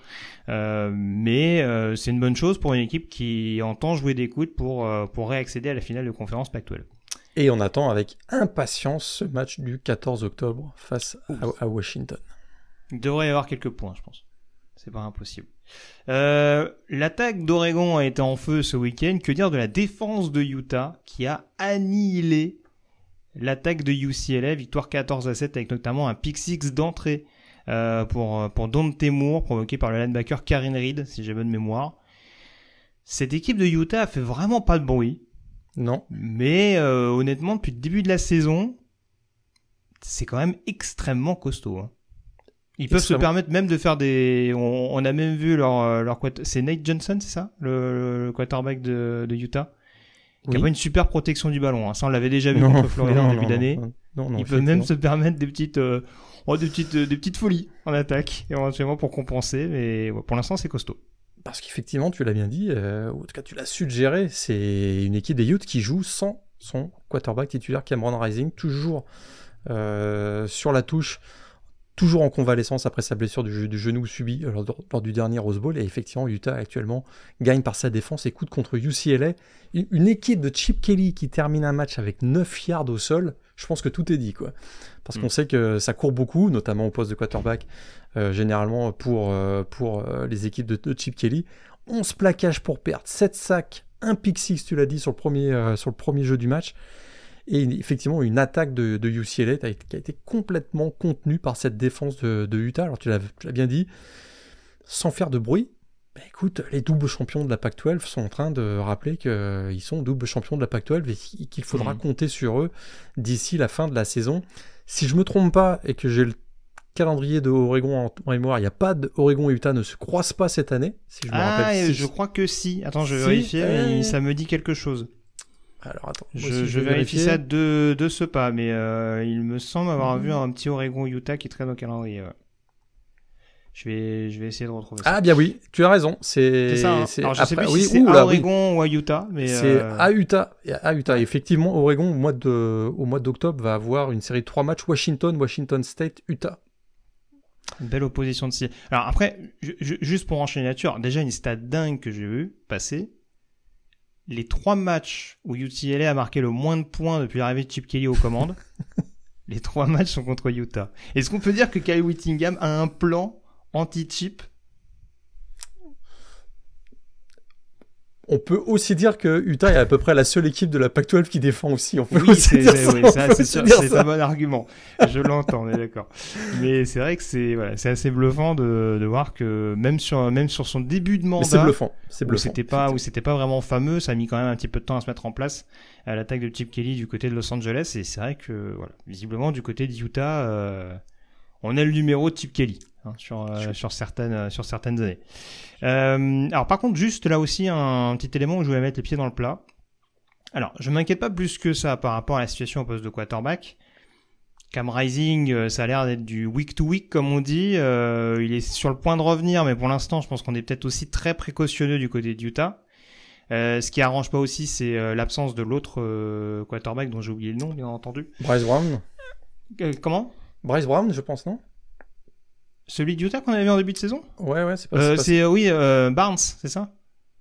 Mais c'est une bonne chose pour une équipe qui entend jouer des coudes pour réaccéder à la finale de conférence Pac-12. Et on attend avec impatience ce match du 14 octobre face à Washington. Il devrait y avoir quelques points, je pense. C'est pas impossible. L'attaque d'Oregon a été en feu ce week-end. Que dire de la défense de Utah qui a annihilé l'attaque de UCLA, victoire 14-7 avec notamment un pick six d'entrée pour Dante Moore provoqué par le linebacker Karin Reed, si j'ai bonne mémoire. Cette équipe de Utah a fait vraiment pas de bruit. Non. Mais honnêtement, depuis le début de la saison, c'est quand même extrêmement costaud. Ils peuvent se permettre même de faire des... On a même vu leur c'est Nate Johnson, c'est ça, le quarterback de Utah, qui a pas une super protection du ballon. Ça, on l'avait déjà vu contre Florida en début d'année. Ils peuvent même se permettre des petites folies en attaque, éventuellement pour compenser. Mais pour l'instant, c'est costaud. Parce qu'effectivement, tu l'as bien dit, en tout cas tu l'as suggéré, c'est une équipe des Utes qui joue sans son quarterback titulaire Cameron Rising, toujours sur la touche, toujours en convalescence après sa blessure du genou subie lors du dernier Rose Bowl. Et effectivement, Utah actuellement gagne par sa défense et coûte contre UCLA. Une équipe de Chip Kelly qui termine un match avec 9 yards au sol, je pense que tout est dit, quoi. Parce qu'on sait que ça court beaucoup, notamment au poste de quarterback, généralement pour les équipes de Chip Kelly. 11 plaquages pour perdre, 7 sacs, un pick six, tu l'as dit, sur le premier jeu du match. Et effectivement, une attaque de UCLA qui a été complètement contenue par cette défense de Utah. Alors tu l'as bien dit, sans faire de bruit. Écoute, les doubles champions de la Pac-12 sont en train de rappeler qu'ils sont doubles champions de la Pac-12 et qu'il faudra compter sur eux d'ici la fin de la saison. Si je me trompe pas et que j'ai le calendrier de Oregon en mémoire, il n'y a pas Oregon et Utah ne se croisent pas cette année, si je me rappelle. Je crois que si. Attends, je vais vérifier, mais ça me dit quelque chose. Alors attends, je vérifie ça de ce pas, mais il me semble avoir vu un petit Oregon-Utah qui traîne au calendrier. Ouais. Je vais essayer de retrouver ça. Ah bien oui, tu as raison. C'est ça. Alors je sais plus si c'est à Oregon ou à Utah, mais c'est à Utah. À Utah. Effectivement, Oregon au mois d'octobre va avoir une série de 3 matchs Washington State, Utah. Une belle opposition de style. Alors après, juste pour enchaîner là-dessus, déjà une stat dingue que j'ai vu passer. Les 3 matchs où UCLA a marqué le moins de points depuis l'arrivée de Chip Kelly aux commandes, les 3 matchs sont contre Utah. Est-ce qu'on peut dire que Kyle Whittingham a un plan anti-chip? On peut aussi dire que Utah est à peu près la seule équipe de la Pac-12 qui défend aussi. C'est un bon argument. Je l'entends, on est d'accord. Mais c'est vrai que c'est assez bluffant de voir que même sur son début de mandat, c'est bluffant. Où c'était pas vraiment fameux, ça a mis quand même un petit peu de temps à se mettre en place à l'attaque de Chip Kelly du côté de Los Angeles. Et c'est vrai que visiblement du côté de Utah, on a le numéro de Chip Kelly. sur certaines années. Alors par contre, juste là aussi un petit élément où je voulais mettre les pieds dans le plat. Alors, je m'inquiète pas plus que ça par rapport à la situation au poste de quarterback. Cam Rising, ça a l'air d'être du week to week comme on dit. Il est sur le point de revenir, mais pour l'instant, je pense qu'on est peut-être aussi très précautionneux du côté de Utah. Ce qui arrange pas aussi, c'est l'absence de l'autre quarterback dont j'ai oublié le nom, bien entendu. Bryce Brown. Comment ? Bryce Brown, je pense, non ? Celui d'Utah qu'on avait vu en début de saison ? Ouais, c'est pas... Barnes, c'est ça ?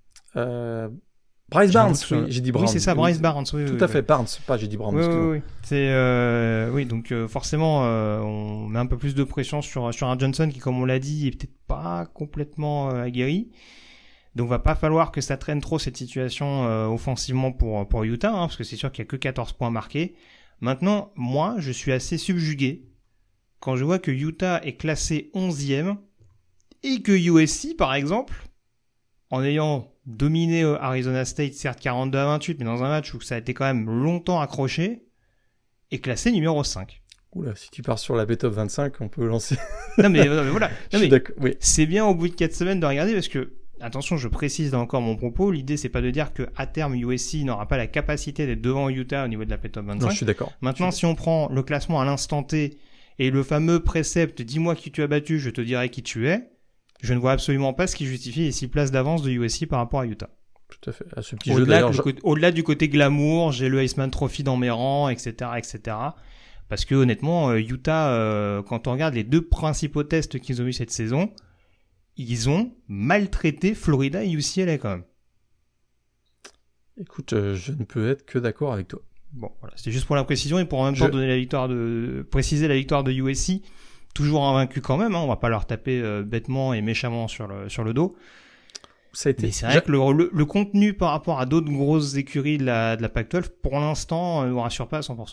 Bryce Barnes, oui, j'ai dit Brown. Oui, c'est ça, Bryce Barnes. Oui, tout à fait, Barnes, pas j'ai dit Brown. Oui. C'est donc forcément on met un peu plus de pression sur un Johnson qui, comme on l'a dit, est peut-être pas complètement aguerri. Donc va pas falloir que ça traîne trop cette situation offensivement pour Utah, hein, parce que c'est sûr qu'il y a que 14 points marqués. Maintenant, moi, je suis assez subjugué quand je vois que Utah est classé 11e et que USC, par exemple, en ayant dominé Arizona State, certes 42-28, mais dans un match où ça a été quand même longtemps accroché, est classé numéro 5. Oula, si tu pars sur la B-Top 25, on peut lancer... non mais voilà, oui. C'est bien au bout de 4 semaines de regarder, parce que, attention, je précise là encore mon propos, l'idée c'est pas de dire qu'à terme USC n'aura pas la capacité d'être devant Utah au niveau de la B-Top 25. Non, je suis d'accord. Maintenant, si on prend le classement à l'instant T, et le fameux précepte « dis-moi qui tu as battu, je te dirai qui tu es », je ne vois absolument pas ce qui justifie les 6 places d'avance de USC par rapport à Utah. Tout à fait. À ce petit jeu d'ailleurs. Au-delà du côté glamour, j'ai le Heisman Trophy dans mes rangs, etc., etc. Parce que honnêtement, Utah, quand on regarde les 2 principaux tests qu'ils ont eu cette saison, ils ont maltraité Florida et UCLA quand même. Écoute, je ne peux être que d'accord avec toi. Bon, voilà, c'était juste pour la précision et pour en même temps préciser la victoire de USC. Toujours invaincu quand même, hein, on va pas leur taper bêtement et méchamment sur le dos. Ça a été... Mais c'est vrai que le contenu par rapport à d'autres grosses écuries de la Pac-12, pour l'instant, ne nous rassure pas à 100%.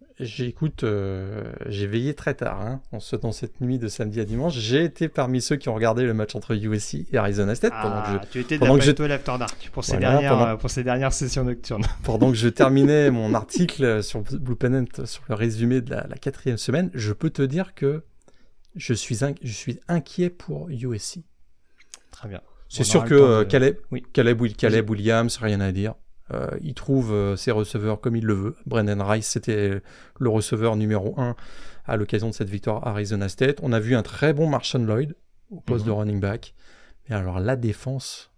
J'ai veillé très tard, hein, dans cette nuit de samedi à dimanche. J'ai été parmi ceux qui ont regardé le match entre USC et Arizona State. Tu étais de la Pac-12 After Dark pour ces dernières sessions nocturnes. Pendant que je terminais mon article sur Blue Pennant, sur le résumé de la 4e semaine, je peux te dire que je suis inquiet pour USC. Très bien. C'est sûr que Caleb Williams, rien à dire. Il trouve ses receveurs comme il le veut. Brandon Rice, c'était le receveur numéro 1 à l'occasion de cette victoire à Arizona State. On a vu un très bon Marshawn Lloyd au poste de running back. Mais alors la défense,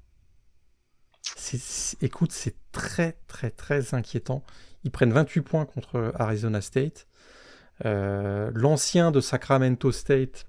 écoute, c'est très très très inquiétant. Ils prennent 28 points contre Arizona State. L'ancien de Sacramento State,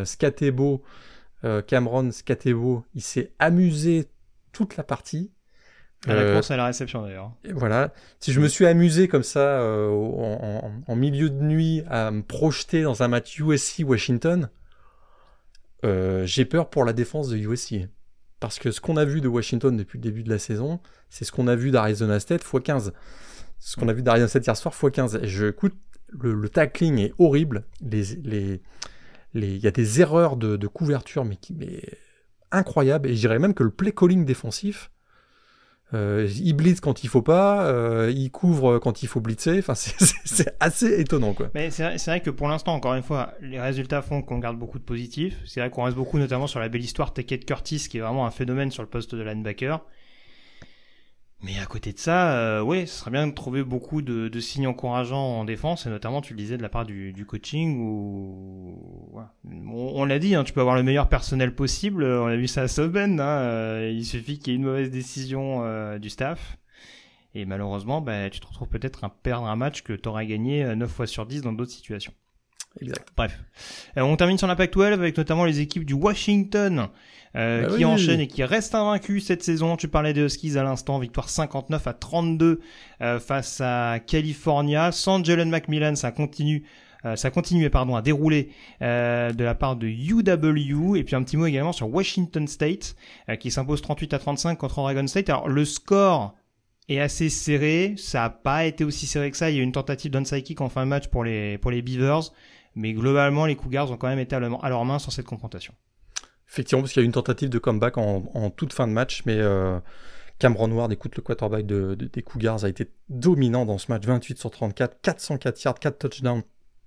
Cameron Scatebo, il s'est amusé toute la partie. À la course à la réception d'ailleurs. Voilà. Si je me suis amusé comme ça en milieu de nuit à me projeter dans un match USC-Washington, j'ai peur pour la défense de USC. Parce que ce qu'on a vu de Washington depuis le début de la saison, c'est ce qu'on a vu d'Arizona State x15. Ce qu'on a vu d'Arizona State hier soir x15. Et écoute, le tackling est horrible. Il y a des erreurs de couverture mais incroyables. Et je dirais même que le play calling défensif, il blitz quand il faut pas, il couvre quand il faut blitzer. Enfin, c'est assez étonnant, quoi. Mais c'est vrai que pour l'instant, encore une fois, les résultats font qu'on garde beaucoup de positifs. C'est vrai qu'on reste beaucoup, notamment sur la belle histoire Tackett Curtis, qui est vraiment un phénomène sur le poste de linebacker. Mais à côté de ça, ce serait bien de trouver beaucoup de signes encourageants en défense, et notamment, tu le disais, de la part du coaching, où on l'a dit, hein, tu peux avoir le meilleur personnel possible, on a vu ça à South Bend, hein, il suffit qu'il y ait une mauvaise décision du staff, et malheureusement, tu te retrouves peut-être à perdre un match que tu aurais gagné 9 fois sur 10 dans d'autres situations. Exact. Bref. On termine sur la Pac-12 avec notamment les équipes du Washington qui enchaînent et qui restent invaincus cette saison. Tu parlais des Huskies à l'instant, victoire 59-32 face à California. Sans Jalen McMillan, ça continuait à dérouler de la part de UW. Et puis un petit mot également sur Washington State qui s'impose 38-35 contre Oregon State. Alors le score est assez serré, ça n'a pas été aussi serré que ça. Il y a eu une tentative d'onside kick en fin de match pour les Beavers, mais globalement les Cougars ont quand même été à leurs mains sur cette confrontation. Effectivement, parce qu'il y a eu une tentative de comeback en toute fin de match, mais Cameron Ward, écoute, le quarterback des Cougars, a été dominant dans ce match, 28 sur 34, 404 yards, 4 touchdowns,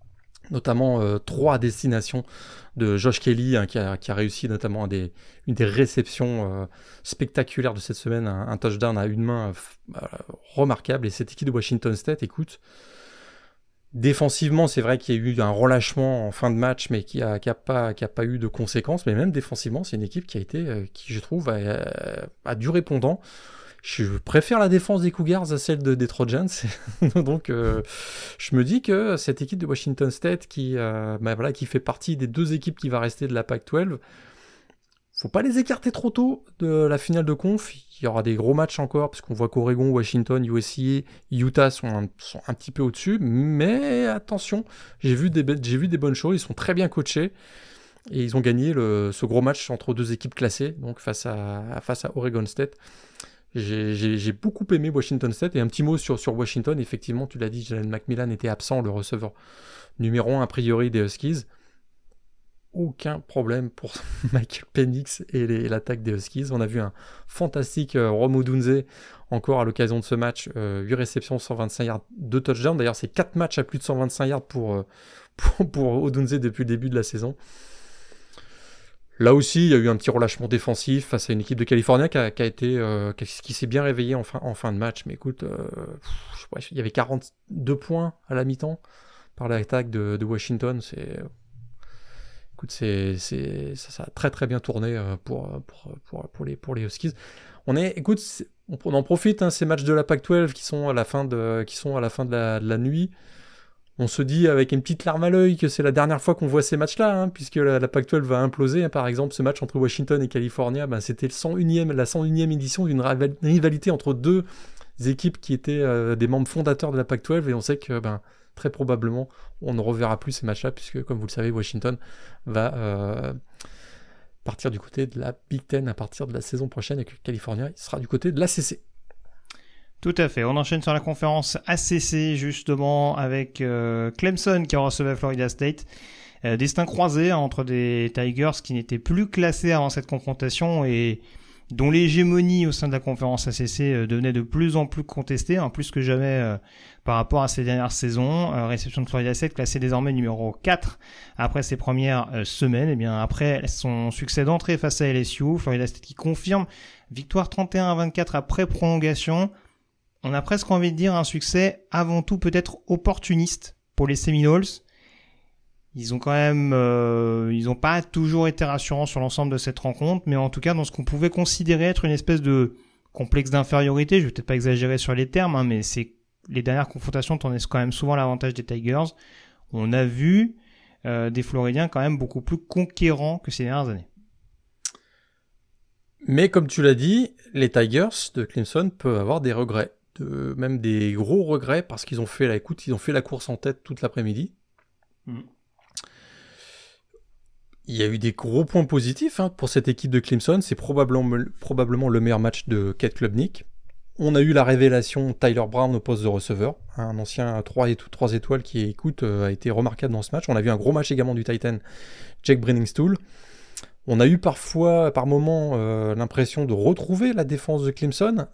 notamment 3 destinations de Josh Kelly, qui a réussi notamment une des réceptions spectaculaires de cette semaine, un touchdown à une main remarquable. Et cette équipe de Washington State, écoute, défensivement, c'est vrai qu'il y a eu un relâchement en fin de match, mais qui a pas eu de conséquences. Mais même défensivement, c'est une équipe qui a été, qui je trouve, a du répondant. Je préfère la défense des Cougars à celle des Trojans. Donc, je me dis que cette équipe de Washington State qui fait partie des 2 équipes qui va rester de la Pac-12, faut pas les écarter trop tôt de la finale de conf. Il y aura des gros matchs encore, parce qu'on voit qu'Oregon, Washington, USC, Utah sont un petit peu au-dessus. Mais attention, j'ai vu des bonnes choses. Ils sont très bien coachés. Et ils ont gagné ce gros match entre 2 équipes classées, donc face à Oregon State. J'ai beaucoup aimé Washington State. Et un petit mot sur Washington. Effectivement, tu l'as dit, Jalen McMillan était absent, le receveur numéro 1 a priori des Huskies. Aucun problème pour Michael Penix et l'attaque des Huskies. On a vu un fantastique Rome Odunze encore à l'occasion de ce match. 8 réceptions, 125 yards, 2 touchdowns. D'ailleurs, c'est 4 matchs à plus de 125 yards pour Odunze depuis le début de la saison. Là aussi, il y a eu un petit relâchement défensif face à une équipe de Californie qui s'est bien réveillée en fin de match. Mais écoute, il y avait 42 points à la mi-temps par l'attaque de Washington. Ça a très très bien tourné pour les Huskies. On en profite, ces matchs de la Pac-12 qui sont à la fin de la nuit. On se dit avec une petite larme à l'œil que c'est la dernière fois qu'on voit ces matchs-là, puisque la Pac-12 va imploser. Par exemple, ce match entre Washington et California, c'était la 101e édition d'une rivalité entre 2 équipes qui étaient des membres fondateurs de la Pac-12, et on sait que très probablement on ne reverra plus ces matchs-là, puisque comme vous le savez, Washington va partir du côté de la Big Ten à partir de la saison prochaine, et que California sera du côté de l'ACC. Tout à fait. On enchaîne sur la conférence ACC, justement, avec Clemson qui recevait Florida State. Destin croisé entre des Tigers qui n'étaient plus classés avant cette confrontation et dont l'hégémonie au sein de la conférence ACC devenait de plus en plus contestée, plus que jamais par rapport à ces dernières saisons. Réception de Florida State, classée désormais numéro 4 après ses premières semaines. Et bien après son succès d'entrée face à LSU, Florida State qui confirme victoire 31-24 après prolongation. On a presque envie de dire un succès avant tout peut-être opportuniste pour les Seminoles. Ils ont quand même, ils n'ont pas toujours été rassurants sur l'ensemble de cette rencontre, mais en tout cas dans ce qu'on pouvait considérer être une espèce de complexe d'infériorité. Je vais peut-être pas exagérer sur les termes, mais c'est les dernières confrontations tendaient quand même souvent l'avantage des Tigers. On a vu des Floridiens quand même beaucoup plus conquérants que ces dernières années. Mais comme tu l'as dit, les Tigers de Clemson peuvent avoir des regrets. Même des gros regrets, parce qu'ils ont fait la course en tête toute l'après-midi. Il y a eu des gros points positifs pour cette équipe de Clemson. C'est probablement le meilleur match de Kate Klubnik. On a eu la révélation Tyler Brown au poste de receveur, un ancien 3 étoiles qui a été remarquable dans ce match. On a vu un gros match également du Titan Jake Brenningstool. On a eu par moments l'impression de retrouver la défense de Clemson.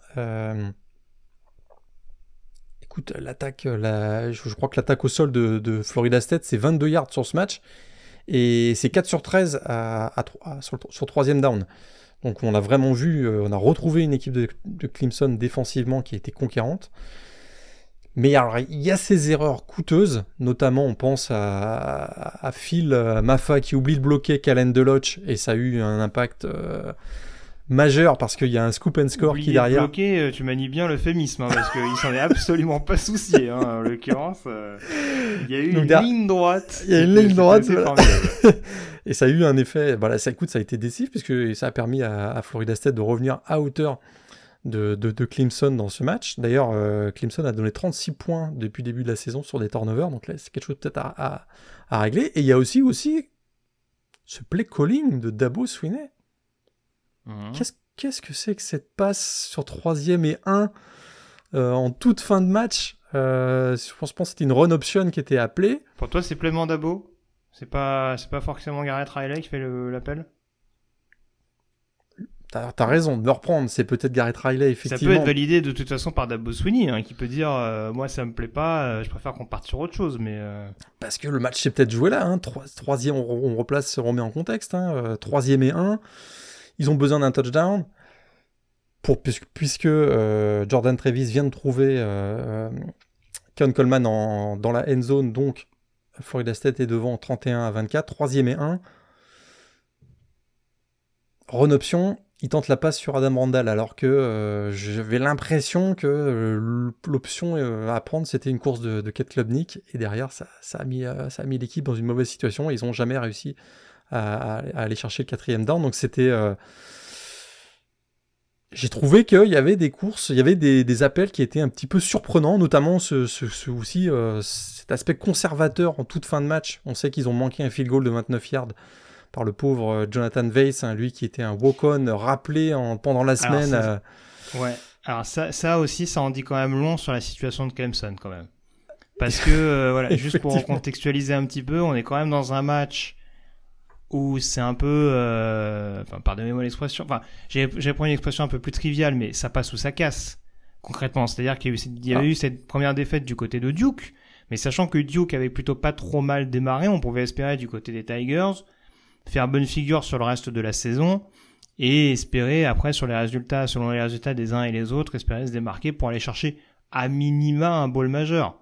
Écoute, je crois que l'attaque au sol de Florida State, c'est 22 yards sur ce match, et c'est 4 sur 13 sur troisième down. Donc on a vraiment vu, on a retrouvé une équipe de Clemson défensivement qui était conquérante. Mais alors, il y a ces erreurs coûteuses, notamment on pense à Phil Maffa qui oublie de bloquer Calen Deloche, et ça a eu un impact majeur parce qu'il y a un scoop and score qui derrière. Bloqué, tu manies bien l'euphémisme, parce qu'il s'en est absolument pas soucié, en l'occurrence. Il y a eu une ligne droite. Il y a une ligne droite. Et ça a eu un effet, ça a été décisif, puisque ça a permis à Florida State de revenir à hauteur de Clemson dans ce match. D'ailleurs, Clemson a donné 36 points depuis le début de la saison sur des turnovers, donc là, c'est quelque chose peut-être à régler. Et il y a aussi ce play calling de Dabo Swinney. Qu'est-ce que c'est que cette passe sur 3e et 1 en toute fin de match? Je pense que c'était une run option qui était appelée. Pour toi, c'est pleinement Dabo? C'est pas forcément Garrett Riley qui fait l'appel? T'as raison de me reprendre, c'est peut-être Garrett Riley, effectivement. Ça peut être validé de toute façon par Dabo Swinney, hein, qui peut dire moi ça me plaît pas, je préfère qu'on parte sur autre chose, mais parce que le match s'est peut-être joué là, hein. Troisième, on remet en contexte, hein. 3e et 1, ils ont besoin d'un touchdown, puisque Jordan Travis vient de trouver Keon Coleman dans la end zone, donc Florida State est devant 31-24, 3e et 1. Run option, il tente la passe sur Adam Randall, alors que j'avais l'impression que l'option à prendre, c'était une course de Kate Klubnik, et derrière, ça a mis l'équipe dans une mauvaise situation, et ils n'ont jamais réussi à aller chercher le 4e down, donc c'était... J'ai trouvé qu'il y avait des courses, il y avait des appels qui étaient un petit peu surprenants, notamment aussi cet aspect conservateur en toute fin de match. On sait qu'ils ont manqué un field goal de 29 yards par le pauvre Jonathan Weiss, hein, lui qui était un walk-on rappelé pendant la semaine. Ouais. Alors ça aussi, ça en dit quand même long sur la situation de Clemson quand même. Parce que voilà, juste pour contextualiser un petit peu, on est quand même dans un match où c'est un peu, pardonnez-moi l'expression, j'ai pris une expression un peu plus triviale, mais ça passe ou ça casse, concrètement. C'est-à-dire qu'il y avait eu cette première défaite du côté de Duke, mais sachant que Duke avait plutôt pas trop mal démarré, on pouvait espérer du côté des Tigers faire bonne figure sur le reste de la saison et espérer après selon les résultats des uns et les autres, espérer se démarquer pour aller chercher à minima un bowl majeur.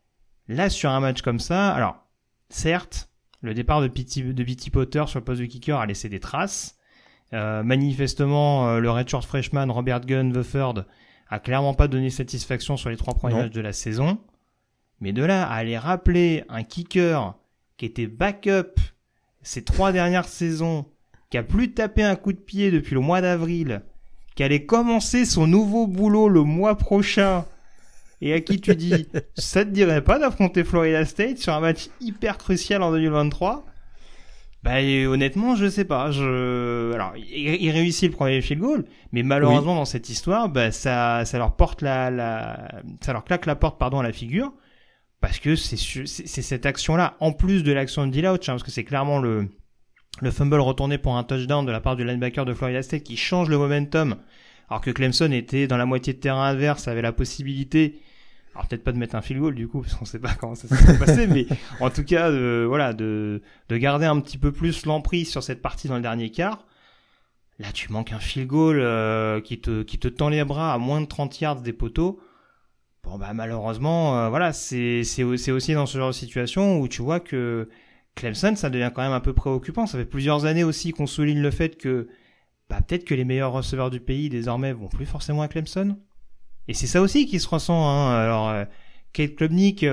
Là, sur un match comme ça, alors, certes, le départ de Pity Potter sur le poste de kicker a laissé des traces. Manifestement, le redshirt freshman Robert Gunn III a clairement pas donné satisfaction sur les 3 premiers matchs de la saison. Mais de là à aller rappeler un kicker qui était backup ces 3 dernières saisons, qui a plus tapé un coup de pied depuis le mois d'avril, qui allait commencer son nouveau boulot le mois prochain, et à qui tu dis, ça te dirait pas d'affronter Florida State sur un match hyper crucial en 2023? Honnêtement, je sais pas. Alors, il réussit le premier field goal, mais malheureusement dans cette histoire, ça leur porte ça leur claque la porte, à la figure, parce que c'est cette action-là, en plus de l'action de Dillouch, parce que c'est clairement le fumble retourné pour un touchdown de la part du linebacker de Florida State qui change le momentum, alors que Clemson était dans la moitié de terrain adverse, avait la possibilité, alors peut-être pas de mettre un field goal du coup, parce qu'on sait pas comment ça s'est passé, mais en tout cas, de garder un petit peu plus l'emprise sur cette partie dans le dernier quart. Là, tu manques un field goal qui te tend les bras à moins de 30 yards des poteaux. Bon, malheureusement, c'est aussi dans ce genre de situation où tu vois que Clemson, ça devient quand même un peu préoccupant. Ça fait plusieurs années aussi qu'on souligne le fait que peut-être que les meilleurs receveurs du pays désormais vont plus forcément à Clemson. Et c'est ça aussi qui se ressent, hein. Alors, Kate Klubnik,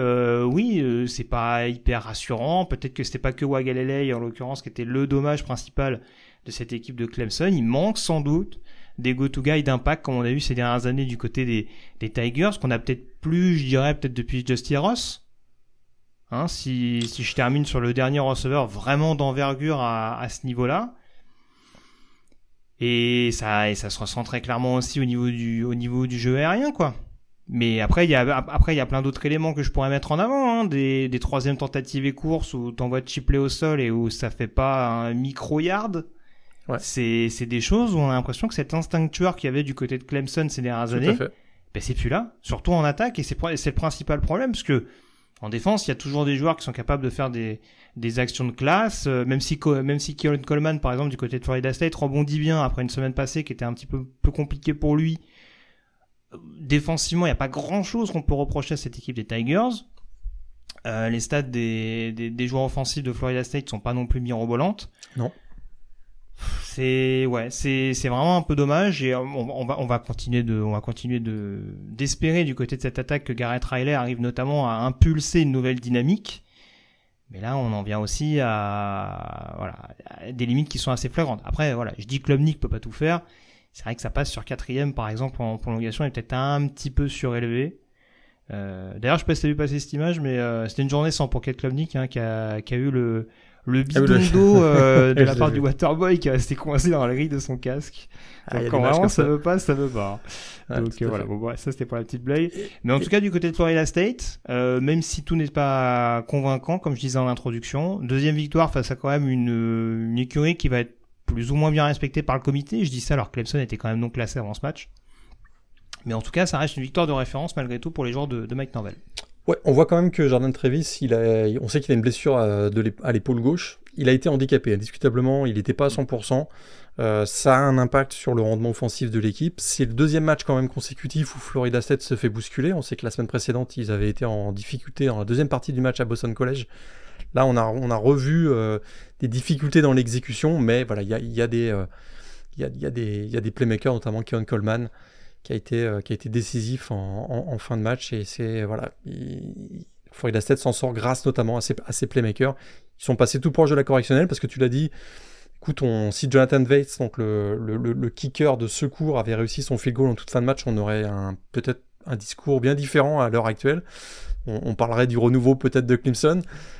c'est pas hyper rassurant. Peut-être que c'était pas que Wagalele, en l'occurrence, qui était le dommage principal de cette équipe de Clemson. Il manque sans doute des go-to-guys d'impact, comme on a eu ces dernières années du côté des Tigers, qu'on a peut-être plus, je dirais, peut-être depuis Justin Ross. Hein, si je termine sur le dernier receveur vraiment d'envergure à ce niveau-là. Et ça se ressent très clairement aussi au niveau du jeu aérien, quoi. Mais après il y a plein d'autres éléments que je pourrais mettre en avant, hein, des troisièmes tentatives et courses où t'envoies de chipler au sol et où ça fait pas un micro-yard. Ouais. C'est des choses où on a l'impression que cet instinct tueur qu'il y avait du côté de Clemson ces dernières années, c'est plus là, surtout en attaque, et c'est le principal problème, parce que en défense, il y a toujours des joueurs qui sont capables de faire des actions de classe, même si Keon Coleman, par exemple, du côté de Florida State, rebondit bien après une semaine passée qui était un petit peu plus compliquée pour lui. Défensivement, il n'y a pas grand-chose qu'on peut reprocher à cette équipe des Tigers. Les stats des joueurs offensifs de Florida State sont pas non plus mirobolantes. Non. C'est vraiment un peu dommage, et on va continuer d'espérer du côté de cette attaque que Garrett Riley arrive notamment à impulser une nouvelle dynamique. Mais là, on en vient aussi à des limites qui sont assez flagrantes. Après, je dis que Klubnik peut pas tout faire. C'est vrai que ça passe sur 4e, par exemple, en prolongation, est peut-être un petit peu surélevé. D'ailleurs, je sais pas si t'as vu passer cette image, mais c'était une journée sans pour Kate Klubnik, hein, qui a eu le bidon d'eau de la part du waterboy qui est resté coincé dans la grille de son casque. Donc, quand vraiment ça veut pas, ça veut pas. Ouais, donc voilà, ça c'était pour la petite blague. Mais en tout cas, du côté de Florida State, même si tout n'est pas convaincant, comme je disais en introduction, deuxième victoire face à quand même une écurie qui va être plus ou moins bien respecté par le comité. Je dis ça alors que Clemson était quand même non classé avant ce match. Mais en tout cas, ça reste une victoire de référence malgré tout pour les joueurs de Mike Norvell. Ouais, on voit quand même que Jordan Travis, on sait qu'il a une blessure à l'épaule gauche. Il a été handicapé, indiscutablement, il n'était pas à 100%. Ça a un impact sur le rendement offensif de l'équipe. C'est le deuxième match quand même consécutif où Florida State se fait bousculer. On sait que la semaine précédente, ils avaient été en difficulté dans la deuxième partie du match à Boston College. Là, on a revu des difficultés dans l'exécution, mais voilà, il y a des playmakers, notamment Keon Coleman, qui a été décisif en fin de match, et c'est voilà, Florida State s'en sort grâce notamment à ces playmakers. Ils sont passés tout proche de la correctionnelle parce que tu l'as dit. Écoute, si Jonathan Vates, donc le kicker de secours, avait réussi son field goal en toute fin de match, on aurait peut-être un discours bien différent à l'heure actuelle. On parlerait du renouveau peut-être de Clemson.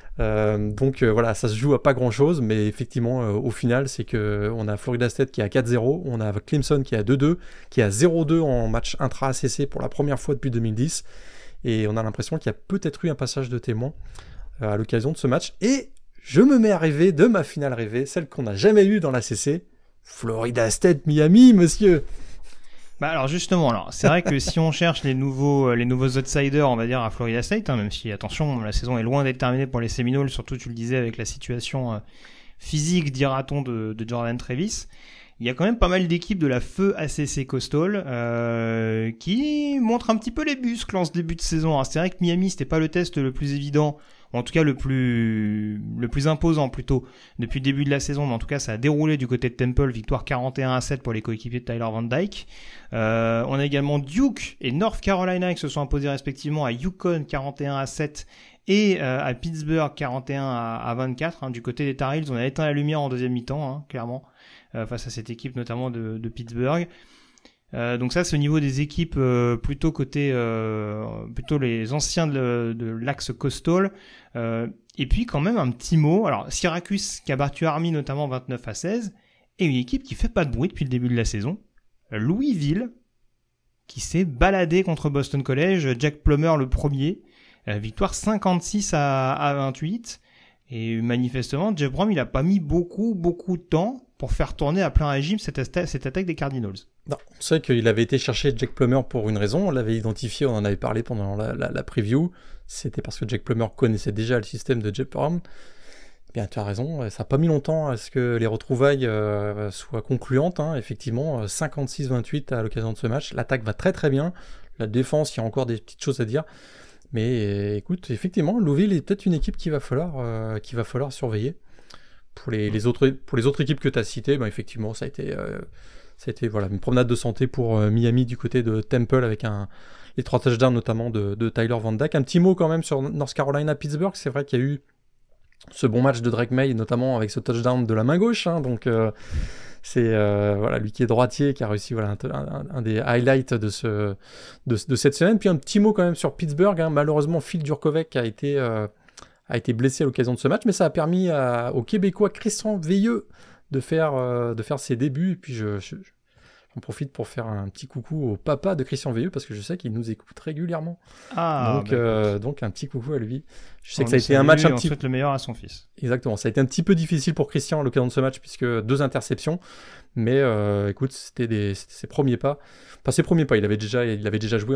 Voilà, ça se joue à pas grand chose, mais effectivement au final c'est que on a Florida State qui est à 4-0, on a Clemson qui est à 2-2, qui est à 0-2 en match intra-ACC pour la première fois depuis 2010, et on a l'impression qu'il y a peut-être eu un passage de témoin à l'occasion de ce match, et je me mets à rêver de ma finale rêvée, celle qu'on n'a jamais eue dans l'ACC, Florida State Miami, monsieur. Bah alors justement, c'est vrai que si on cherche les nouveaux outsiders, on va dire à Florida State, même si attention, la saison est loin d'être terminée pour les Seminoles, surtout tu le disais avec la situation physique, dira-t-on, de Jordan Travis. Il y a quand même pas mal d'équipes de la feu ACC Coastal qui montrent un petit peu les muscles en ce début de saison. Alors, c'est vrai que Miami, c'était pas le test le plus évident, ou en tout cas le plus imposant plutôt depuis le début de la saison, mais en tout cas ça a déroulé du côté de Temple, victoire 41-7 pour les coéquipiers de Tyler Van Dyke. On a également Duke et North Carolina qui se sont imposés respectivement à Yukon 41-7 et à Pittsburgh 41-24. Du côté des Tar Heels, on a éteint la lumière en deuxième mi-temps, clairement, face à cette équipe notamment de Pittsburgh. Donc ça, c'est au niveau des équipes plutôt les anciens de l'axe coastal. Et puis quand même un petit mot. Alors Syracuse qui a battu Army notamment 29-16, et une équipe qui fait pas de bruit depuis le début de la saison. Louisville qui s'est baladé contre Boston College. Jack Plummer le premier, victoire 56-28. Et manifestement, Jeff Brom, il a pas mis beaucoup de temps pour faire tourner à plein régime cette attaque des Cardinals. Non, on sait qu'il avait été chercher Jack Plummer pour une raison, on l'avait identifié, on en avait parlé pendant la preview, c'était parce que Jack Plummer connaissait déjà le système de Jeff Brom. Bien, tu as raison, ça n'a pas mis longtemps à ce que les retrouvailles soient concluantes, effectivement, 56-28 à l'occasion de ce match, l'attaque va très très bien, la défense, il y a encore des petites choses à dire, mais écoute, effectivement, Louisville est peut-être une équipe qu'il va falloir surveiller. Pour les autres équipes que tu as citées, effectivement, ça a été voilà, une promenade de santé pour Miami du côté de Temple avec les 3 touchdowns notamment de Tyler Van Dyke. Un petit mot quand même sur North Carolina-Pittsburgh, c'est vrai qu'il y a eu ce bon match de Drake May, notamment avec ce touchdown de la main gauche, donc c'est voilà, lui qui est droitier, qui a réussi voilà, un des highlights de cette semaine. Puis un petit mot quand même sur Pittsburgh, malheureusement Phil Durkovec a été blessé à l'occasion de ce match, mais ça a permis au Québécois Christian Veilleux de faire ses débuts, et puis j'en profite pour faire un petit coucou au papa de Christian Veilleux, parce que je sais qu'il nous écoute régulièrement. Donc un petit coucou à lui. Je sais que ça a été un match on souhaite le meilleur à son fils. Exactement, ça a été un petit peu difficile pour Christian à l'occasion de ce match, puisque 2 interceptions, mais écoute, c'était ses premiers pas. Enfin, ses premiers pas, il avait déjà joué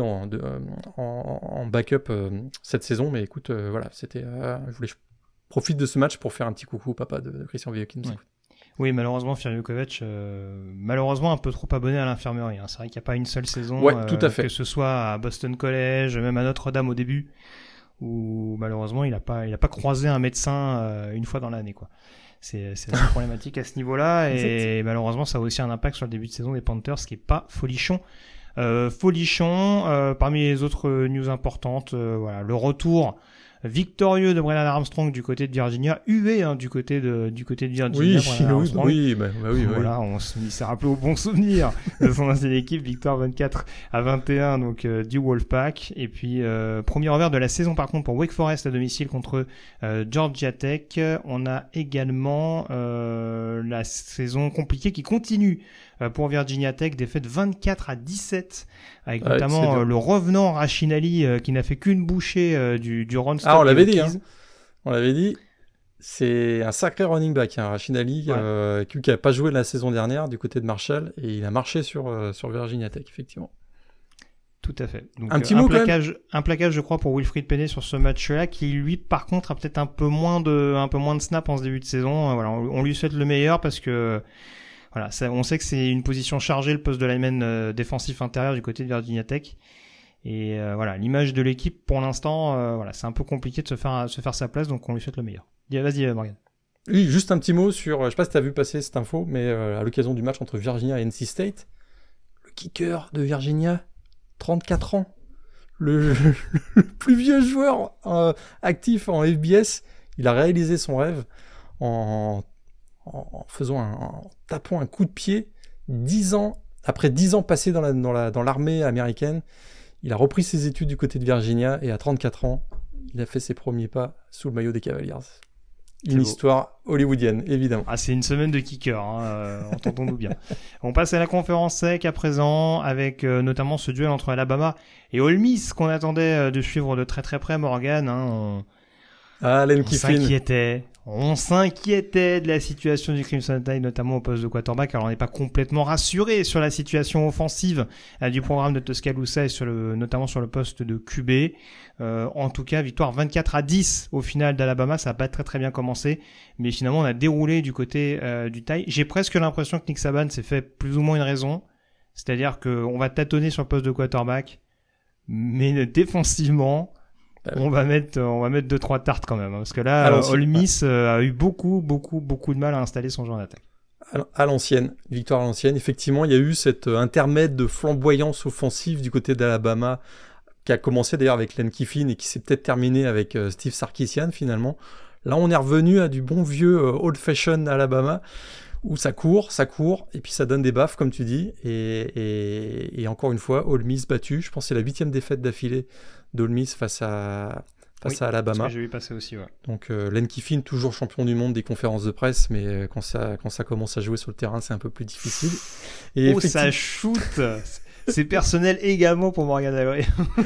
en backup cette saison, mais écoute, voilà, je profite de ce match pour faire un petit coucou au papa de Christian Veilleux qui nous écoute. Oui, malheureusement, Firjukovic, un peu trop abonné à l'infirmerie. C'est vrai qu'il n'y a pas une seule saison, tout à fait. Que ce soit à Boston College, même à Notre-Dame au début, où malheureusement, il n'a pas croisé un médecin une fois dans l'année, quoi. C'est assez problématique à ce niveau-là, et malheureusement, ça a aussi un impact sur le début de saison des Panthers, ce qui n'est pas folichon. Parmi les autres news importantes, voilà, le retour victorieux de Brennan Armstrong du côté de Virginia, hué du côté de Virginia. Oui. Voilà, il s'est rappelé au bon souvenir de son ancienne équipe, victoire 24-21 donc du Wolfpack. Et puis premier revers de la saison par contre pour Wake Forest à domicile contre Georgia Tech. On a également la saison compliquée qui continue pour Virginia Tech, défaite 24-17 avec notamment le revenant Rashin Ali qui n'a fait qu'une bouchée du run stop. On l'avait dit. C'est un sacré running back, hein, Rashid Ali, qui n'a pas joué la saison dernière du côté de Marshall, et il a marché sur Virginia Tech, effectivement. Tout à fait. Donc, un petit mot un plaquage, je crois, pour Wilfried Penney sur ce match-là, qui lui, par contre, a peut-être un peu moins de snap en ce début de saison. Voilà, on lui souhaite le meilleur parce que, voilà, on sait que c'est une position chargée, le poste de lineman défensif intérieur du côté de Virginia Tech. Et voilà, l'image de l'équipe pour l'instant, voilà, c'est un peu compliqué de se faire sa place, donc on lui souhaite le meilleur. Vas-y, Morgan. Oui, juste un petit mot sur, je sais pas si tu as vu passer cette info, mais à l'occasion du match entre Virginia et NC State, le kicker de Virginia, 34 ans, le plus vieux joueur actif en FBS, il a réalisé son rêve en tapant un coup de pied. Après 10 ans passés dans l'armée américaine, il a repris ses études du côté de Virginia et à 34 ans, il a fait ses premiers pas sous le maillot des Cavaliers. Une histoire hollywoodienne, évidemment. Ah, c'est une semaine de kicker, entendons-nous bien. On passe à la conférence SEC à présent, avec notamment ce duel entre Alabama et Ole Miss qu'on attendait de suivre de très très près, Morgan. On s'inquiétait de la situation du Crimson Tide, notamment au poste de quarterback. Alors on n'est pas complètement rassuré sur la situation offensive du programme de Tuscaloosa et notamment sur le poste de QB. En tout cas, victoire 24-10 au final d'Alabama. Ça n'a pas très très bien commencé, mais finalement on a déroulé du côté du Tide. J'ai presque l'impression que Nick Saban s'est fait plus ou moins une raison, c'est-à-dire qu'on va tâtonner sur le poste de quarterback, mais défensivement, on va mettre 2-3 tartes quand même, parce que là, Ole Miss a eu beaucoup de mal à installer son jeu en attaque. À l'ancienne, victoire à l'ancienne. Effectivement, il y a eu cet intermède de flamboyance offensive du côté d'Alabama, qui a commencé d'ailleurs avec Lane Kiffin et qui s'est peut-être terminé avec Steve Sarkisian finalement. Là, on est revenu à du bon vieux old-fashioned Alabama, où ça court, et puis ça donne des baffes, comme tu dis. Et encore une fois, Ole Miss battu. Je pense que c'est la 8e défaite d'affilée d'Ole Miss face à Alabama. C'est ce que j'ai vu passer aussi, ouais. Donc Lane Kiffin, toujours champion du monde des conférences de presse, mais quand ça commence à jouer sur le terrain, c'est un peu plus difficile. Et ça shoot. C'est personnel également pour Morgan Avery.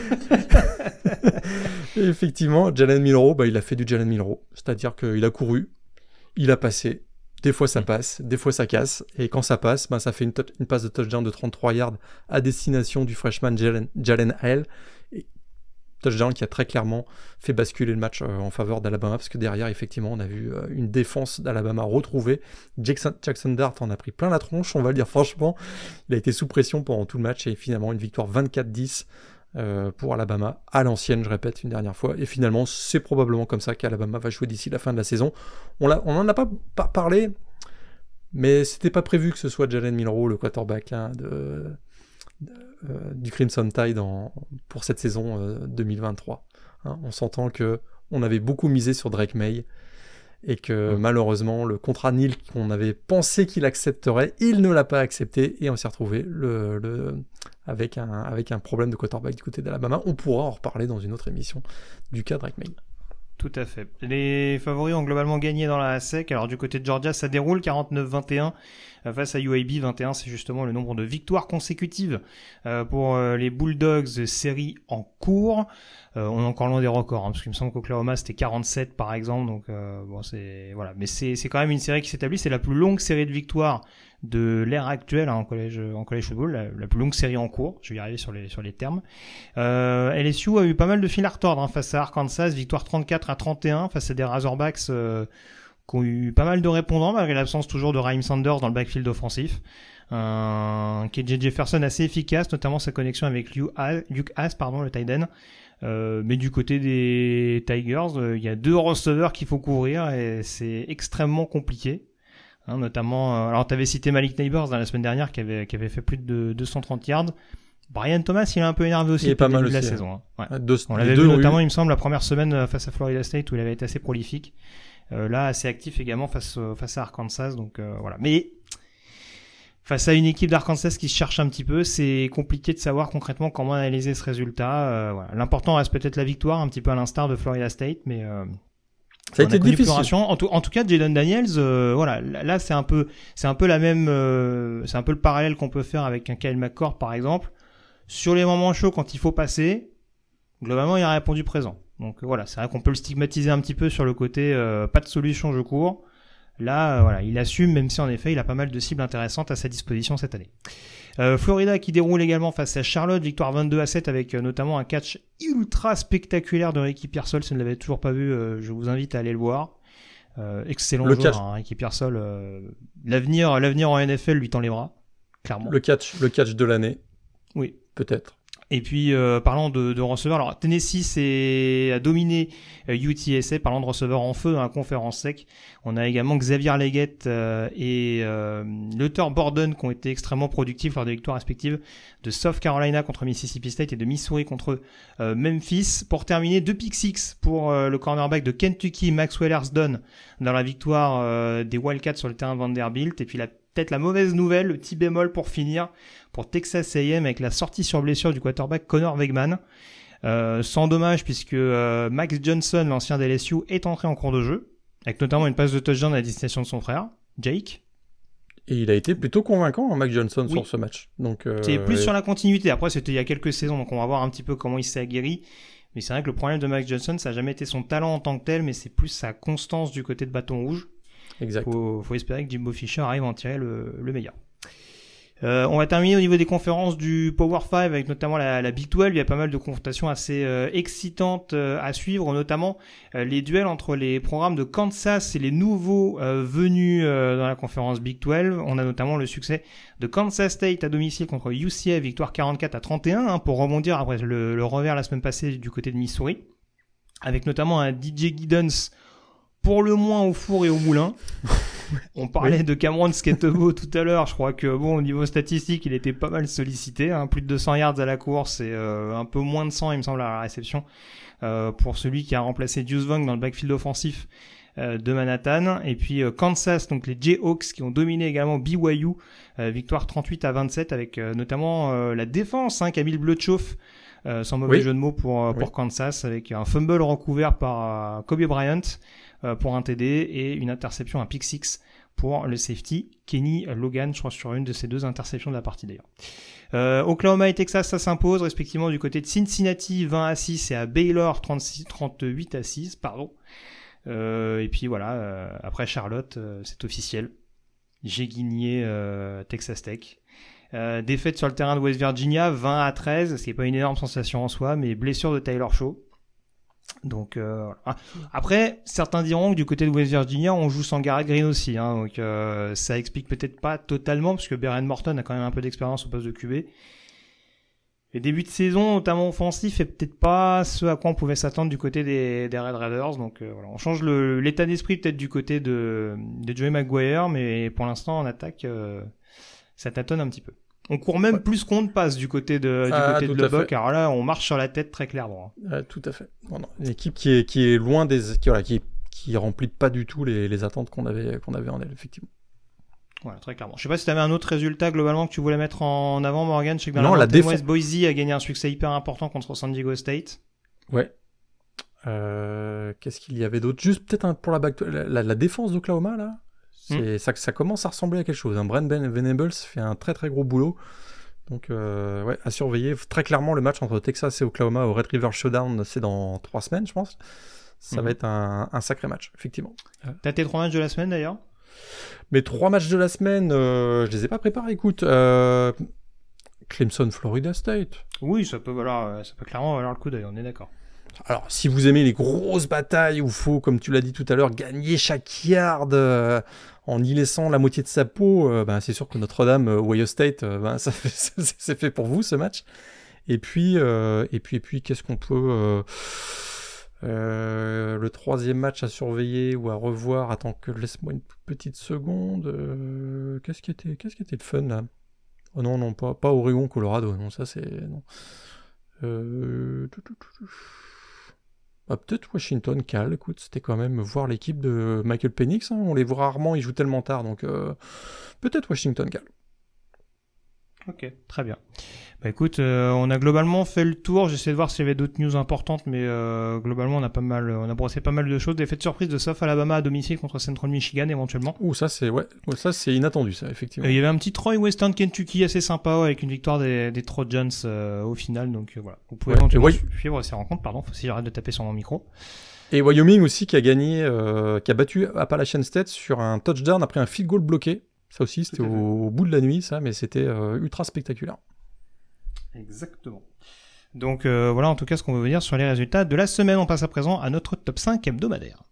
Et effectivement, Jalen Milroe, il a fait du Jalen Milroe. C'est-à-dire qu'il a couru, il a passé. Des fois ça passe, des fois ça casse. Et quand ça passe, ça fait une passe de touchdown de 33 yards à destination du freshman Jalen Hale. Touchdown qui a très clairement fait basculer le match en faveur d'Alabama, parce que derrière, effectivement, on a vu une défense d'Alabama retrouvée. Jackson Dart en a pris plein la tronche, on va le dire franchement. Il a été sous pression pendant tout le match, et finalement, une victoire 24-10 pour Alabama, à l'ancienne, je répète une dernière fois. Et finalement, c'est probablement comme ça qu'Alabama va jouer d'ici la fin de la saison. On n'en a pas parlé, mais c'était pas prévu que ce soit Jalen Milroe, le quarterback du Crimson Tide pour cette saison 2023. On s'entend qu'on avait beaucoup misé sur Drake May et que malheureusement le contrat nil qu'on avait pensé qu'il accepterait, il ne l'a pas accepté et on s'est retrouvé avec un problème de quarterback du côté d'Alabama. On pourra en reparler dans une autre émission du cas Drake May. Tout à fait. Les favoris ont globalement gagné dans la SEC. Alors du côté de Georgia, ça déroule 49-21 face à UAB. 21, c'est justement le nombre de victoires consécutives pour les Bulldogs, série en cours. On est encore loin des records, parce qu'il me semble qu'Oklahoma c'était 47 par exemple. Donc voilà. Mais c'est quand même une série qui s'établit. C'est la plus longue série de victoires de l'ère actuelle en college football, la plus longue série en cours. Je vais y arriver sur les termes. LSU a eu pas mal de fil à retordre face à Arkansas, victoire 34-31 face à des Razorbacks qui ont eu pas mal de répondants malgré l'absence toujours de Raheem Sanders dans le backfield offensif. KJ Jefferson assez efficace, notamment sa connexion avec Luke Haas, le tight end. Mais du côté des Tigers, il y a 2 receveurs qu'il faut couvrir et c'est extrêmement compliqué. Notamment, alors t'avais cité Malik Neighbors dans la semaine dernière qui avait fait plus de 230 yards. Brian Thomas, il est un peu énervé aussi depuis le début de la saison. Ouais. On l'avait vu notamment, il me semble, la première semaine face à Florida State où il avait été assez prolifique. Là, assez actif également face à Arkansas. Donc voilà. Mais face à une équipe d'Arkansas qui se cherche un petit peu, c'est compliqué de savoir concrètement comment analyser ce résultat. Voilà. L'important reste peut-être la victoire, un petit peu à l'instar de Florida State, mais ça a été difficile. En tout cas, Jalen Daniels, voilà, là c'est un peu la même, c'est un peu le parallèle qu'on peut faire avec un Kyle McCord par exemple. Sur les moments chauds, quand il faut passer, globalement il a répondu présent. Donc voilà, c'est vrai qu'on peut le stigmatiser un petit peu sur le côté pas de solution jeu court. Là, voilà, il assume, même si en effet, il a pas mal de cibles intéressantes à sa disposition cette année. Florida qui déroule également face à Charlotte, victoire 22-7 avec notamment un catch ultra spectaculaire de Ricky Pearsall. Si vous ne l'avez toujours pas vu, je vous invite à aller le voir. Excellent Le joueur, catch. hein, Ricky Pearsall. L'avenir en NFL lui tend les bras, clairement. Le catch de l'année. Oui. Peut-être. Et puis, parlant de receveurs, alors Tennessee a dominé UTSA, parlant de receveurs en feu dans la conférence SEC. On a également Xavier Legette et Luther Borden qui ont été extrêmement productifs lors des victoires respectives de South Carolina contre Mississippi State et de Missouri contre Memphis. Pour terminer, 2 pick six pour le cornerback de Kentucky, Maxwell Ersdon, dans la victoire des Wildcats sur le terrain de Vanderbilt. Et puis peut-être la mauvaise nouvelle, le petit bémol pour finir, pour Texas A&M avec la sortie sur blessure du quarterback Connor Wegman. Sans dommage puisque Max Johnson, l'ancien d'LSU, est entré en cours de jeu, avec notamment une passe de touchdown à la destination de son frère, Jake. Et il a été plutôt convaincant, Max Johnson, sur ce match. Donc, c'est plus sur la continuité. Après, c'était il y a quelques saisons, donc on va voir un petit peu comment il s'est aguerri. Mais c'est vrai que le problème de Max Johnson, ça n'a jamais été son talent en tant que tel, mais c'est plus sa constance du côté de bâton rouge. Exact. Faut espérer que Jimbo Fisher arrive à en tirer le meilleur. On va terminer au niveau des conférences du Power 5 avec notamment la Big 12. Il y a pas mal de confrontations assez excitantes à suivre, notamment les duels entre les programmes de Kansas et les nouveaux venus dans la conférence Big 12. On a notamment le succès de Kansas State à domicile contre UCF, victoire 44-31, pour rebondir après le revers la semaine passée du côté de Missouri, avec notamment un DJ Giddens pour le moins au four et au moulin. On parlait de Cameron Sketebo tout à l'heure. Je crois que au niveau statistique, il était pas mal sollicité. Plus de 200 yards à la course et un peu moins de 100, il me semble, à la réception. Pour celui qui a remplacé Deuce Vaughn dans le backfield offensif de Manhattan. Et puis Kansas, donc les Jayhawks qui ont dominé également BYU. Victoire 38-27 avec notamment la défense qui a mis le bleu de chauffe. Sans mauvais jeu de mots pour Kansas, avec un fumble recouvert par Kobe Bryant pour un TD et une interception, un pick six pour le safety Kenny Logan, je crois, sur une de ces 2 interceptions de la partie d'ailleurs. Oklahoma et Texas, ça s'impose respectivement du côté de Cincinnati 20-6 et à Baylor 38-6, pardon. Et puis voilà, après Charlotte, c'est officiel. J'ai gagné Texas Tech. Défaite sur le terrain de West Virginia 20-13, ce qui n'est pas une énorme sensation en soi, mais blessure de Tyler Shaw. Donc voilà. Après, certains diront que du côté de West Virginia, on joue sans Garrett Green aussi, donc ça explique peut-être pas totalement, parce que Beren Morton a quand même un peu d'expérience au poste de QB. Les débuts de saison, notamment offensif, est peut-être pas ce à quoi on pouvait s'attendre du côté des Red Raiders. Donc voilà, on change l'état d'esprit peut-être du côté de Joey Maguire, mais pour l'instant en attaque, ça tâtonne un petit peu. On court même plus qu'on ne passe du côté de Lubbock, car là on marche sur la tête très clairement. Tout à fait. Non, une équipe qui est loin qui remplit pas du tout les attentes qu'on avait en elle, effectivement. Voilà, très clairement. Je sais pas si tu avais un autre résultat globalement que tu voulais mettre en avant, Morgan. Je sais que dans la défense, Boise a gagné un succès hyper important contre San Diego State. Ouais. Qu'est-ce qu'il y avait d'autre? Juste peut-être pour la défense d'Oklahoma là. Ça commence à ressembler à quelque chose. Brent Venables fait un très très gros boulot. Donc à surveiller. Très clairement, le match entre Texas et Oklahoma au Red River Showdown, c'est dans 3 semaines, je pense. Ça va être un sacré match, effectivement. T'as tes 3 matchs de la semaine d'ailleurs? Mes 3 matchs de la semaine, je les ai pas préparés. Écoute, Clemson, Florida State. Oui, ça peut clairement valoir le coup d'œil, on est d'accord. Alors, si vous aimez les grosses batailles où il faut, comme tu l'as dit tout à l'heure, gagner chaque yard en y laissant la moitié de sa peau, c'est sûr que Notre-Dame, Ohio State, c'est fait pour vous ce match. Et puis, qu'est-ce qu'on peut... le 3e match à surveiller ou à revoir. Attends, laisse-moi une petite seconde. Qu'est-ce qui était le fun là? Oh non, pas Oregon, Colorado. Non, ça c'est non. Peut-être Washington, Cal. Écoute, c'était quand même voir l'équipe de Michael Penix. On les voit rarement, ils jouent tellement tard, donc peut-être Washington, Cal. Ok, très bien. Bah écoute, on a globalement fait le tour. J'essaie de voir s'il y avait d'autres news importantes, mais globalement on a brossé pas mal de choses. Des faits de surprise de South Alabama à domicile contre Central Michigan éventuellement. Ça c'est inattendu ça effectivement. Il y avait un petit Troy Western Kentucky assez sympa avec une victoire des Trojans au final. Donc voilà, vous pouvez éventuellement suivre ces rencontres. Pardon, faut si j'arrête de taper sur mon micro. Et Wyoming aussi qui a gagné, qui a battu Appalachian State sur un touchdown après un field goal bloqué. Ça aussi, c'était au bout de la nuit, ça, mais c'était ultra spectaculaire. Exactement. Donc voilà en tout cas ce qu'on veut dire sur les résultats de la semaine. On passe à présent à notre top 5 hebdomadaire.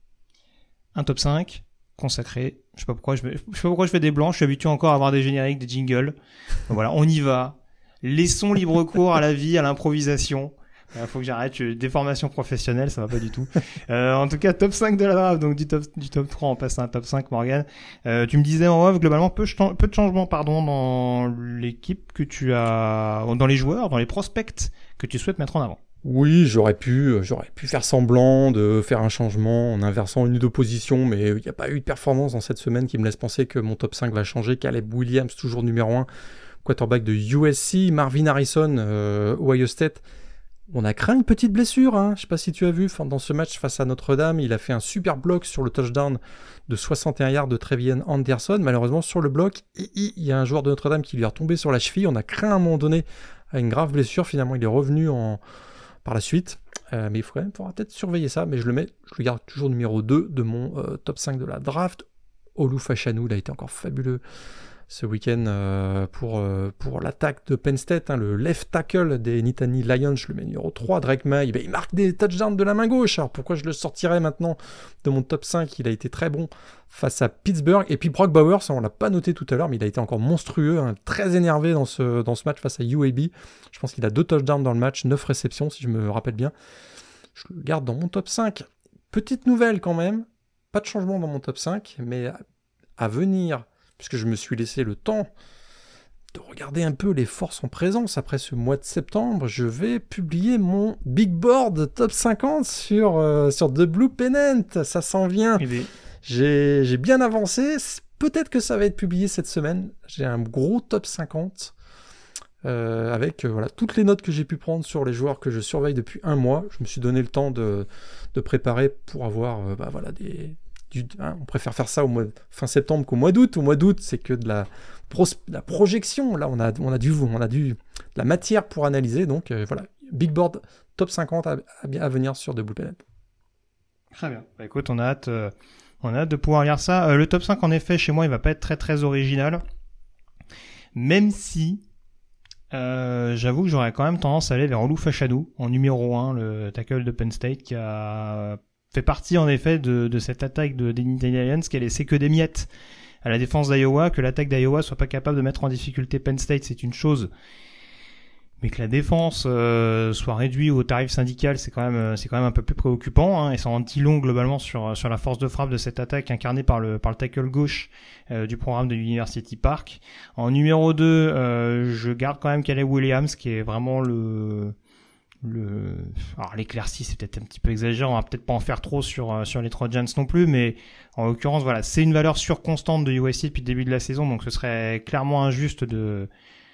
Un top 5 consacré, je sais pas pourquoi je fais des blancs, je suis habitué encore à avoir des génériques, des jingles. Donc voilà, on y va. Laissons libre cours à la vie, à l'improvisation. Faut que j'arrête, des formations professionnelles, ça va pas du tout. En tout cas, top 5 de la draft, donc du top 3, on passe à un top 5, Morgan. Tu me disais en off, globalement, peu de changements, dans l'équipe que tu as, dans les joueurs, dans les prospects que tu souhaites mettre en avant. Oui, j'aurais pu faire semblant de faire un changement en inversant une ou deux positions, mais il n'y a pas eu de performance dans cette semaine qui me laisse penser que mon top 5 va changer. Caleb Williams, toujours numéro 1, quarterback de USC, Marvin Harrison, Ohio State. On a craint une petite blessure, hein. Je sais pas si tu as vu, dans ce match face à Notre-Dame, il a fait un super bloc sur le touchdown de 61 yards de Trevian Anderson. Malheureusement, sur le bloc, il y a un joueur de Notre-Dame qui lui est retombé sur la cheville. On a craint à un moment donné à une grave blessure. Finalement, il est revenu par la suite. Mais il faudra peut-être surveiller ça. Mais je le garde toujours numéro 2 de mon top 5 de la draft. Olu Fashanu, il a été encore fabuleux ce week-end pour l'attaque de Penn State, hein, le left tackle des Nittany Lions, je le mets numéro 3, Drake May, il marque des touchdowns de la main gauche, alors pourquoi je le sortirais maintenant de mon top 5, il a été très bon face à Pittsburgh, et puis Brock Bowers, on l'a pas noté tout à l'heure, mais il a été encore monstrueux, hein, très énervé dans ce match face à UAB, je pense qu'il a 2 touchdowns dans le match, 9 réceptions si je me rappelle bien, je le garde dans mon top 5, petite nouvelle quand même, pas de changement dans mon top 5, mais à venir, puisque je me suis laissé le temps de regarder un peu les forces en présence après ce mois de septembre, je vais publier mon big board top 50 sur The Blue Pennant. Ça s'en vient. J'ai bien avancé. Peut-être que ça va être publié cette semaine. J'ai un gros top 50 avec toutes les notes que j'ai pu prendre sur les joueurs que je surveille depuis un mois. Je me suis donné le temps de préparer pour avoir on préfère faire ça au mois fin septembre qu'au mois d'août. Au mois d'août, c'est que de la projection. Là, on a de la matière pour analyser. Donc voilà, big board top 50 à venir sur The Blue Pennant. Très bien. Bah, écoute, on a hâte de pouvoir lire ça. Le top 5, en effet, chez moi, il va pas être très très original. Même si j'avoue que j'aurais quand même tendance à aller vers Olu Fashanu en numéro 1, le tackle de Penn State, qui a fait partie en effet de cette attaque des Nittany Lions qui a laissé que des miettes à la défense d'Iowa. Que l'attaque d'Iowa soit pas capable de mettre en difficulté Penn State, c'est une chose, mais que la défense soit réduite au tarif syndical, c'est quand même un peu plus préoccupant, hein, et ça en dit long globalement sur la force de frappe de cette attaque incarnée par le tackle gauche du programme de University Park. En numéro 2, je garde quand même Caleb Williams, qui est vraiment alors l'éclaircie, c'est peut-être un petit peu exagéré, on va peut-être pas en faire trop sur les Trojans non plus, mais en l'occurrence voilà, c'est une valeur sûre constante de USC depuis le début de la saison, donc ce serait clairement injuste de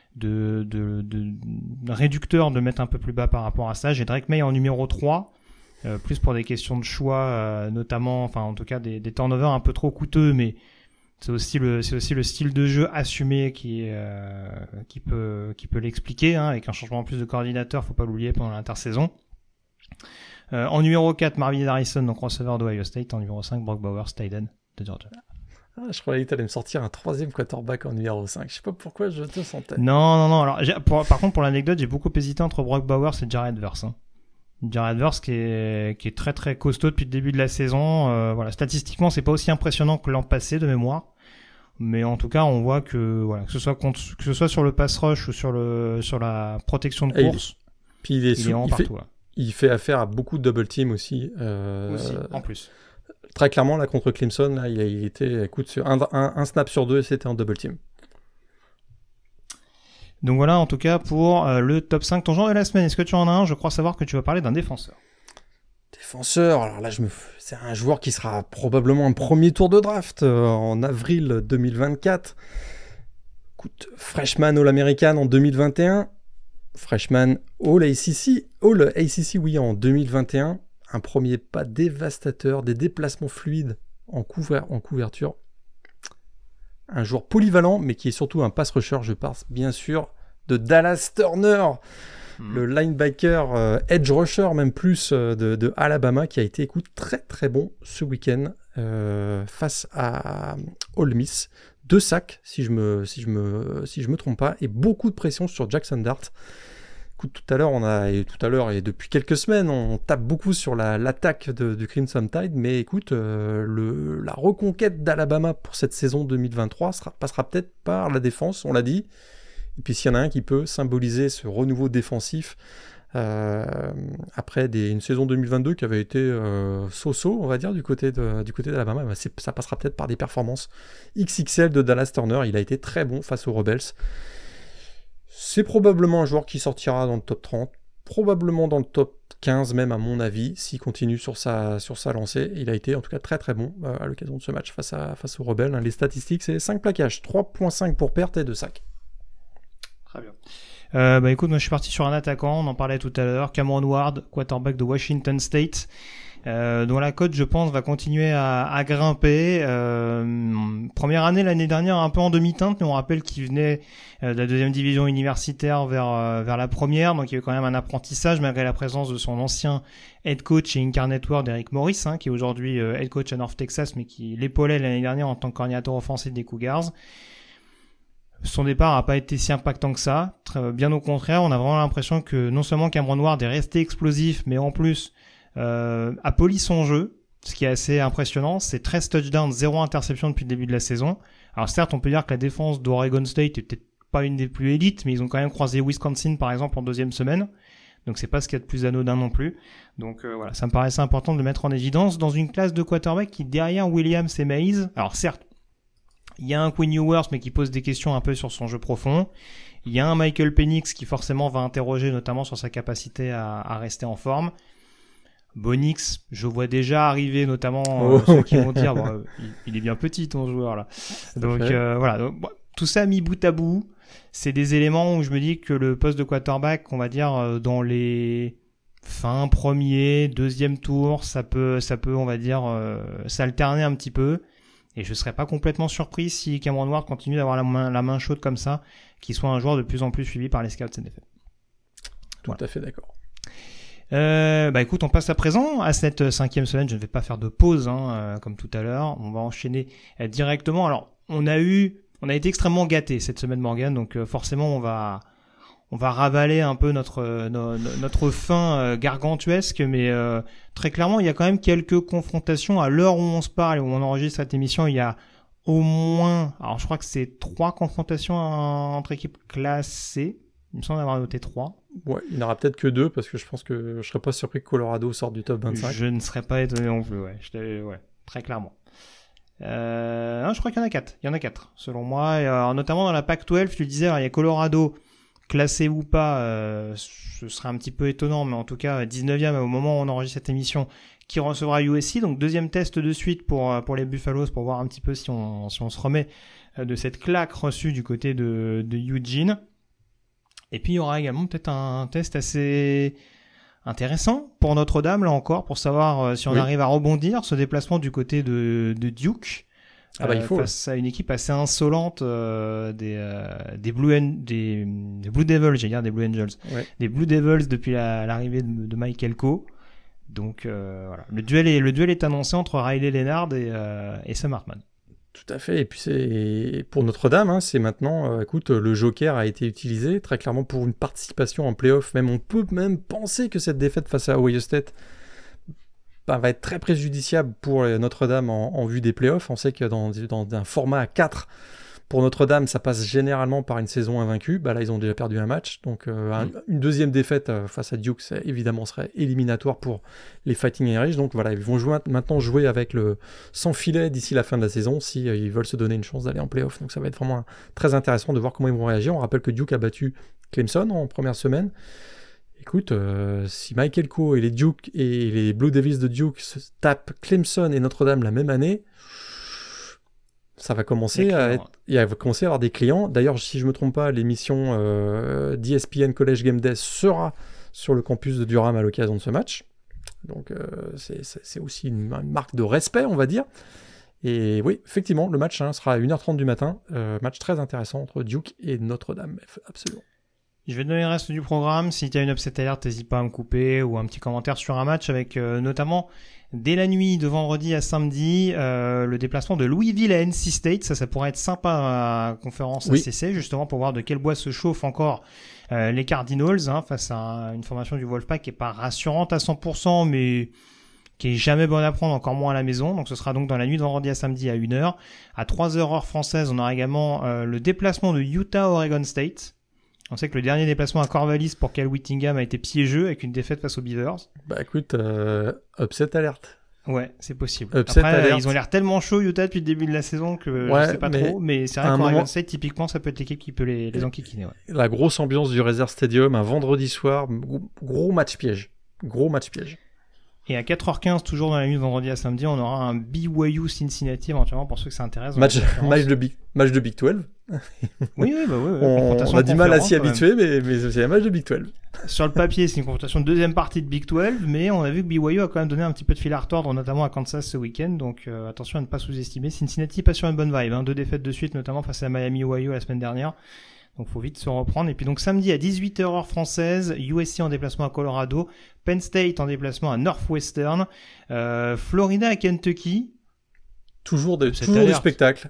réducteur de mettre un peu plus bas par rapport à ça. J'ai Drake May en numéro 3, plus pour des questions de choix, notamment, enfin en tout cas des turnovers un peu trop coûteux, mais c'est aussi le style de jeu assumé qui peut l'expliquer, hein, avec un changement en plus de coordinateur, faut pas l'oublier, pendant l'intersaison. En numéro 4, Marvin Harrison, donc receveur d'Ohio State. En numéro 5, Brock Bowers, tight end de Georgia. Je croyais que tu allais me sortir un 3e quarterback en numéro 5. Je sais pas pourquoi je te sentais. Non. Alors, par contre, pour l'anecdote, j'ai beaucoup hésité entre Brock Bowers et Jared Verse. Hein. Jared Verse qui est très très costaud depuis le début de la saison. Voilà, statistiquement, c'est pas aussi impressionnant que l'an passé de mémoire, mais en tout cas, on voit que voilà, que ce soit sur le pass rush ou sur la protection de course, il est vraiment partout. Il fait affaire à beaucoup de double team aussi. En plus. Très clairement, là, contre Clemson, là, il était, écoute, sur un snap sur 2, c'était en double team. Donc voilà, en tout cas, pour le top 5. Ton genre de la semaine, est-ce que tu en as un? Je crois savoir que tu vas parler d'un défenseur. Défenseur, alors là, c'est un joueur qui sera probablement un premier tour de draft en avril 2024. Écoute, Freshman All-American en 2021, Freshman All-ACC, oui, en 2021, un premier pas dévastateur, des déplacements fluides en couverture. Un joueur polyvalent, mais qui est surtout un pass rusher. Je parle bien sûr de Dallas Turner, le linebacker, edge rusher, même plus, de Alabama, qui a été, très très bon ce week-end face à Ole Miss. 2 sacs, si je me trompe pas, et beaucoup de pression sur Jackson Dart. Écoute, tout à l'heure et depuis quelques semaines, on tape beaucoup sur l'attaque du Crimson Tide, mais écoute, la reconquête d'Alabama pour cette saison 2023 passera peut-être par la défense, on l'a dit. Et puis s'il y en a un qui peut symboliser ce renouveau défensif après une saison 2022 qui avait été so-so, on va dire, du côté d'Alabama, ça passera peut-être par des performances XXL de Dallas Turner. Il a été très bon face aux Rebels. C'est probablement un joueur qui sortira dans le top 30, probablement dans le top 15 même à mon avis, s'il continue sur sa lancée. Il a été en tout cas très très bon à l'occasion de ce match face aux Rebels. Les statistiques, c'est 5 plaquages, 3.5 pour perte et 2 sacs. Très bien. Écoute, moi je suis parti sur un attaquant, on en parlait tout à l'heure, Cameron Ward, quarterback de Washington State, dont la cote, je pense, va continuer à grimper. Première année l'année dernière un peu en demi-teinte, mais on rappelle qu'il venait de la deuxième division universitaire vers la première, donc il y avait quand même un apprentissage malgré la présence de son ancien head coach chez Incarnate Word, Eric Morris, qui est aujourd'hui head coach à North Texas, mais qui l'épaulait l'année dernière en tant que coordinateur offensif des Cougars. Son départ n'a pas été si impactant que ça. Bien au contraire, on a vraiment l'impression que non seulement Cameron Ward est resté explosif, mais en plus a poli son jeu, ce qui est assez impressionnant. C'est 13 touchdowns, 0 interception depuis le début de la saison. Alors certes, on peut dire que la défense d'Oregon State est peut-être pas une des plus élites, mais ils ont quand même croisé Wisconsin par exemple en deuxième semaine. Donc c'est pas ce qu'il y a de plus anodin non plus. Donc voilà, ça me paraissait important de le mettre en évidence dans une classe de quarterback qui, derrière Williams et Mays, alors certes, il y a un Quinn Ewers, mais qui pose des questions un peu sur son jeu profond. Il y a un Michael Penix qui forcément va interroger notamment sur sa capacité à rester en forme. Bonix, je vois déjà arriver notamment ceux qui vont dire il est bien petit ton joueur là. Donc voilà, donc, tout ça mis bout à bout, c'est des éléments où je me dis que le poste de quarterback, on va dire dans les fin premier, deuxième tour, ça peut on va dire s'alterner un petit peu. Et je serais pas complètement surpris si Cameron Ward continue d'avoir la main chaude comme ça, qu'il soit un joueur de plus en plus suivi par les scouts NFL. Tout à fait d'accord. Écoute, on passe à présent à cette 5e semaine. Je ne vais pas faire de pause, comme tout à l'heure. On va enchaîner directement. Alors, on a été extrêmement gâtés cette semaine, Morgan. Donc, forcément, on va ravaler un peu notre fin gargantuesque, mais très clairement, il y a quand même quelques confrontations à l'heure où on se parle et où on enregistre cette émission. Il y a au moins, alors je crois que c'est 3 confrontations entre équipes classées. Il me semble avoir noté 3. Ouais, il n'y en aura peut-être que 2 parce que je pense que je serais pas surpris que Colorado sorte du top 25. Je ne serais pas étonné non plus, ouais, très clairement. Non, je crois qu'il y en a 4. Il y en a 4, selon moi. Et, notamment dans la Pac-12, tu le disais, alors, il y a Colorado, classé ou pas, ce serait un petit peu étonnant, mais en tout cas 19e au moment où on enregistre cette émission, qui recevra USC, donc deuxième test de suite pour les Buffaloes, pour voir un petit peu si on se remet de cette claque reçue du côté de Eugene. Et puis il y aura également peut-être un test assez intéressant pour Notre-Dame, là encore, pour savoir si on arrive à rebondir, ce déplacement du côté de Duke. Il faut, face à une équipe assez insolente des Blue Devils, j'allais dire des Blue Angels, des Blue Devils depuis l'arrivée de Mike Elko. Donc voilà, le duel est annoncé entre Riley Leonard et Sam Hartman. Tout à fait. Et puis c'est pour Notre-Dame, c'est maintenant. Écoute, le Joker a été utilisé très clairement pour une participation en play-off. Même on peut même penser que cette défaite face à Ohio State va être très préjudiciable pour Notre-Dame en vue des playoffs. On sait que dans un format à 4, pour Notre-Dame, ça passe généralement par une saison invaincue. Là, ils ont déjà perdu un match. Donc, une deuxième défaite face à Duke, ça, évidemment, serait éliminatoire pour les Fighting Irish. Donc, voilà, ils vont maintenant jouer avec le sans filet d'ici la fin de la saison ils veulent se donner une chance d'aller en playoff. Donc, ça va être vraiment très intéressant de voir comment ils vont réagir. On rappelle que Duke a battu Clemson en première semaine. Écoute, si Mike Elko et les Blue Devils de Duke se tapent Clemson et Notre-Dame la même année, Ça va commencer il va commencer à avoir des clients. D'ailleurs, si je me trompe pas, l'émission d'ESPN College Game Day sera sur le campus de Durham à l'occasion de ce match. Donc, c'est aussi une marque de respect, on va dire. Et oui, effectivement, le match sera à 1h30 du matin. Match très intéressant entre Duke et Notre-Dame. Absolument. Je vais te donner le reste du programme. Si tu as une upset alert, n'hésite pas à me couper ou un petit commentaire sur un match avec notamment dès la nuit de vendredi à samedi le déplacement de Louisville à NC State. Ça pourrait être sympa à la conférence ACC, justement pour voir de quel bois se chauffent encore les Cardinals face à une formation du Wolfpack qui est pas rassurante à 100%, mais qui est jamais bonne à prendre, encore moins à la maison. Donc ce sera donc dans la nuit de vendredi à samedi à 1h. À 3h heure française, on aura également le déplacement de Utah à Oregon State. On sait que le dernier déplacement à Corvallis pour Cal Whittingham a été piégeux avec une défaite face aux Beavers. Bah écoute, upset alerte. Ouais, c'est possible. Upset Après, alert. Ils ont l'air tellement chauds Utah depuis le début de la saison que je sais pas trop. Mais c'est vrai qu'Oregon State, typiquement, ça peut être l'équipe qui peut les enquiquiner. Ouais. La grosse ambiance du Reserve Stadium, un vendredi soir, gros match piège. Gros match piège. Et à 4h15, toujours dans la nuit de vendredi à samedi, on aura un BYU Cincinnati éventuellement pour ceux que ça intéresse. Match de Big 12. Oui. On a du mal à s'y habituer, mais c'est un match de Big 12. Sur le papier, c'est une confrontation de deuxième partie de Big 12, mais on a vu que BYU a quand même donné un petit peu de fil à retordre, notamment à Kansas ce week-end, donc attention à ne pas sous-estimer. Cincinnati pas sur une bonne vibe, 2 défaites de suite, notamment face à Miami Ohio la semaine dernière. Donc faut vite se reprendre. Et puis donc samedi à 18h heure française, USC en déplacement à Colorado, Penn State en déplacement à Northwestern, Florida à Kentucky. Toujours du spectacle.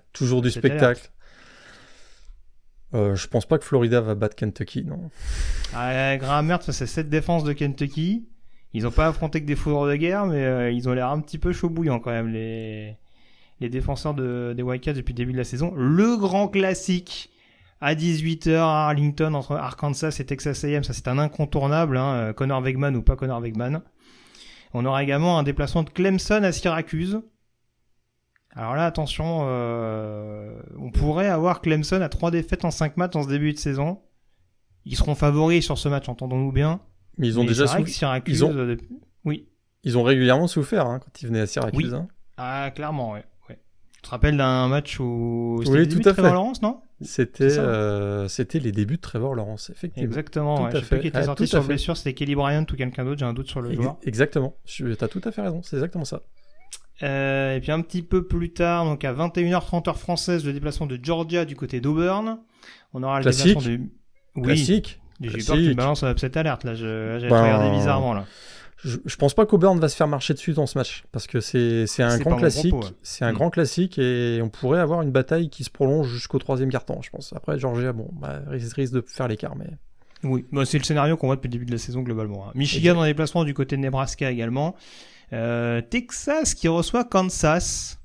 Je pense pas que Florida va battre Kentucky, non. Graham Mertz face à cette défense de Kentucky. Ils ont pas affronté que des foudres de guerre, mais ils ont l'air un petit peu chaud bouillant quand même, les défenseurs des Wildcats depuis le début de la saison. Le grand classique à 18h à Arlington entre Arkansas et Texas A&M, ça c'est un incontournable, Connor Wegman ou pas Connor Wegman. On aura également un déplacement de Clemson à Syracuse. Alors là, attention, on pourrait avoir Clemson à 3 défaites en 5 matchs en ce début de saison. Ils seront favoris sur ce match, entendons-nous bien. Mais ils ont déjà souffert. Oui. Ils ont régulièrement souffert quand ils venaient à Syracuse. Oui. Ah, clairement, ouais. Tu te rappelles d'un match où c'était oui, tout à fait. Trevor Lawrence, non? C'était les débuts de Trevor Lawrence, effectivement. Exactement, je sais plus qui était sorti sur blessure, c'était Kelly Bryant ou quelqu'un d'autre, j'ai un doute sur le joueur. Exactement, t'as tout à fait raison, c'est exactement ça. Et puis un petit peu plus tard, donc à 21h30 heure française, le déplacement de Georgia du côté d'Auburn. On aura le déplacement de... Classique. J'ai eu peur que tu me balances cette alerte, là, j'avais regardé bizarrement, là. Je pense pas qu'Auburn va se faire marcher dessus dans ce match parce que c'est un grand classique, c'est un grand classique et on pourrait avoir une bataille qui se prolonge jusqu'au 3e quart-temps, je pense. Après Georgia, risque de faire l'écart, mais oui, c'est le scénario qu'on voit depuis le début de la saison globalement. Michigan en déplacement du côté de Nebraska également. Texas qui reçoit Kansas.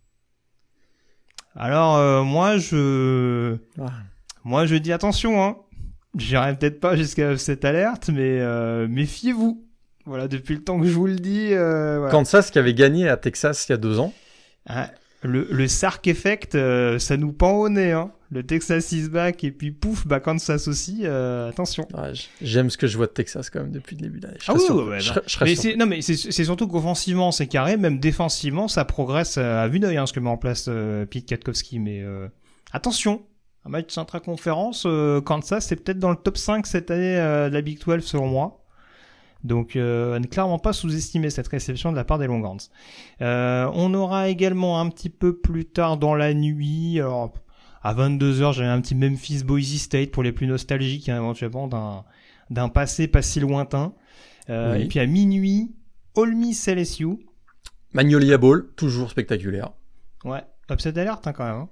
Alors moi je dis attention, j'irai peut-être pas jusqu'à cette alerte, mais méfiez-vous. Voilà, depuis le temps que je vous le dis. Voilà. Kansas qui avait gagné à Texas il y a 2 ans. Le Sark Effect, ça nous pend au nez. Le Texas is back et puis pouf, Kansas aussi. Attention. J'aime ce que je vois de Texas quand même depuis le début de l'année. Mais c'est surtout qu'offensivement c'est carré, même défensivement ça progresse à vue d'œil ce que met en place Pete Katkowski. Mais attention, un match intra-conférence, Kansas c'est peut-être dans le top 5 cette année de la Big 12 selon moi. Donc, à ne clairement pas sous-estimer cette réception de la part des Longhorns. On aura également un petit peu plus tard dans la nuit, alors, à 22h, j'avais un petit Memphis Boise State pour les plus nostalgiques, éventuellement d'un passé pas si lointain. Et puis à minuit, Ole Miss LSU. Magnolia Bowl, toujours spectaculaire. Ouais, upset alert quand même.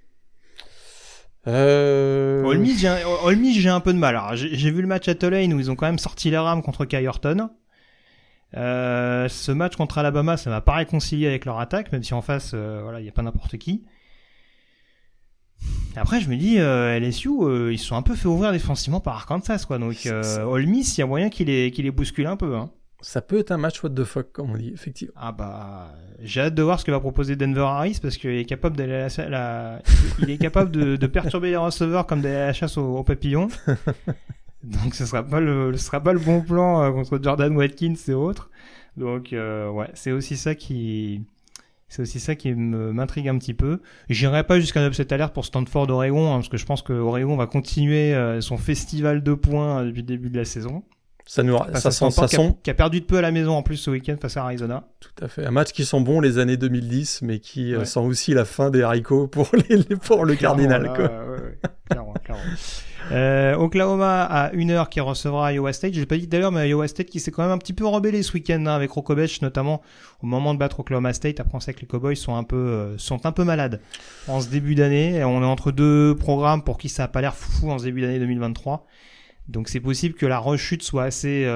Ole Miss, j'ai un peu de mal. Alors, j'ai vu le match à Tulane où ils ont quand même sorti les rames contre Kyerton. Ce match contre Alabama, ça m'a pas réconcilié avec leur attaque, même si en face, il y a pas n'importe qui. Après, je me dis, LSU, ils se sont un peu fait ouvrir défensivement par Arkansas, quoi. Donc, Ole Miss, il y a moyen qu'il les bouscule un peu, Ça peut être un match what the fuck, comme on dit, effectivement. J'ai hâte de voir ce que va proposer Denver Harris parce qu'il est capable d'aller il est capable de perturber les receveurs comme d'aller à la chasse aux papillons. Donc ce sera pas le bon plan contre Jordan Watkins et autres. Donc c'est aussi ça qui C'est aussi ça qui m'intrigue un petit peu. J'irai pas jusqu'à un upset alert pour Stanford Oregon, parce que je pense que Oregon va continuer son festival de points depuis le début de la saison. Ça sent qui a perdu de peu à la maison en plus ce week-end face à Arizona. Tout à fait. Un match qui sent bon les années 2010, mais qui sent aussi la fin des haricots pour le Cardinal. Quoi. Clairement. Oklahoma à 1h qui recevra Iowa State. Je l'ai pas dit tout à l'heure, mais Iowa State qui s'est quand même un petit peu rebellé ce week-end avec Rokovech, notamment au moment de battre Oklahoma State. Après on sait que les Cowboys sont un peu malades en ce début d'année. On est entre deux programmes pour qui ça a pas l'air fou en ce début d'année 2023. Donc c'est possible que la rechute soit assez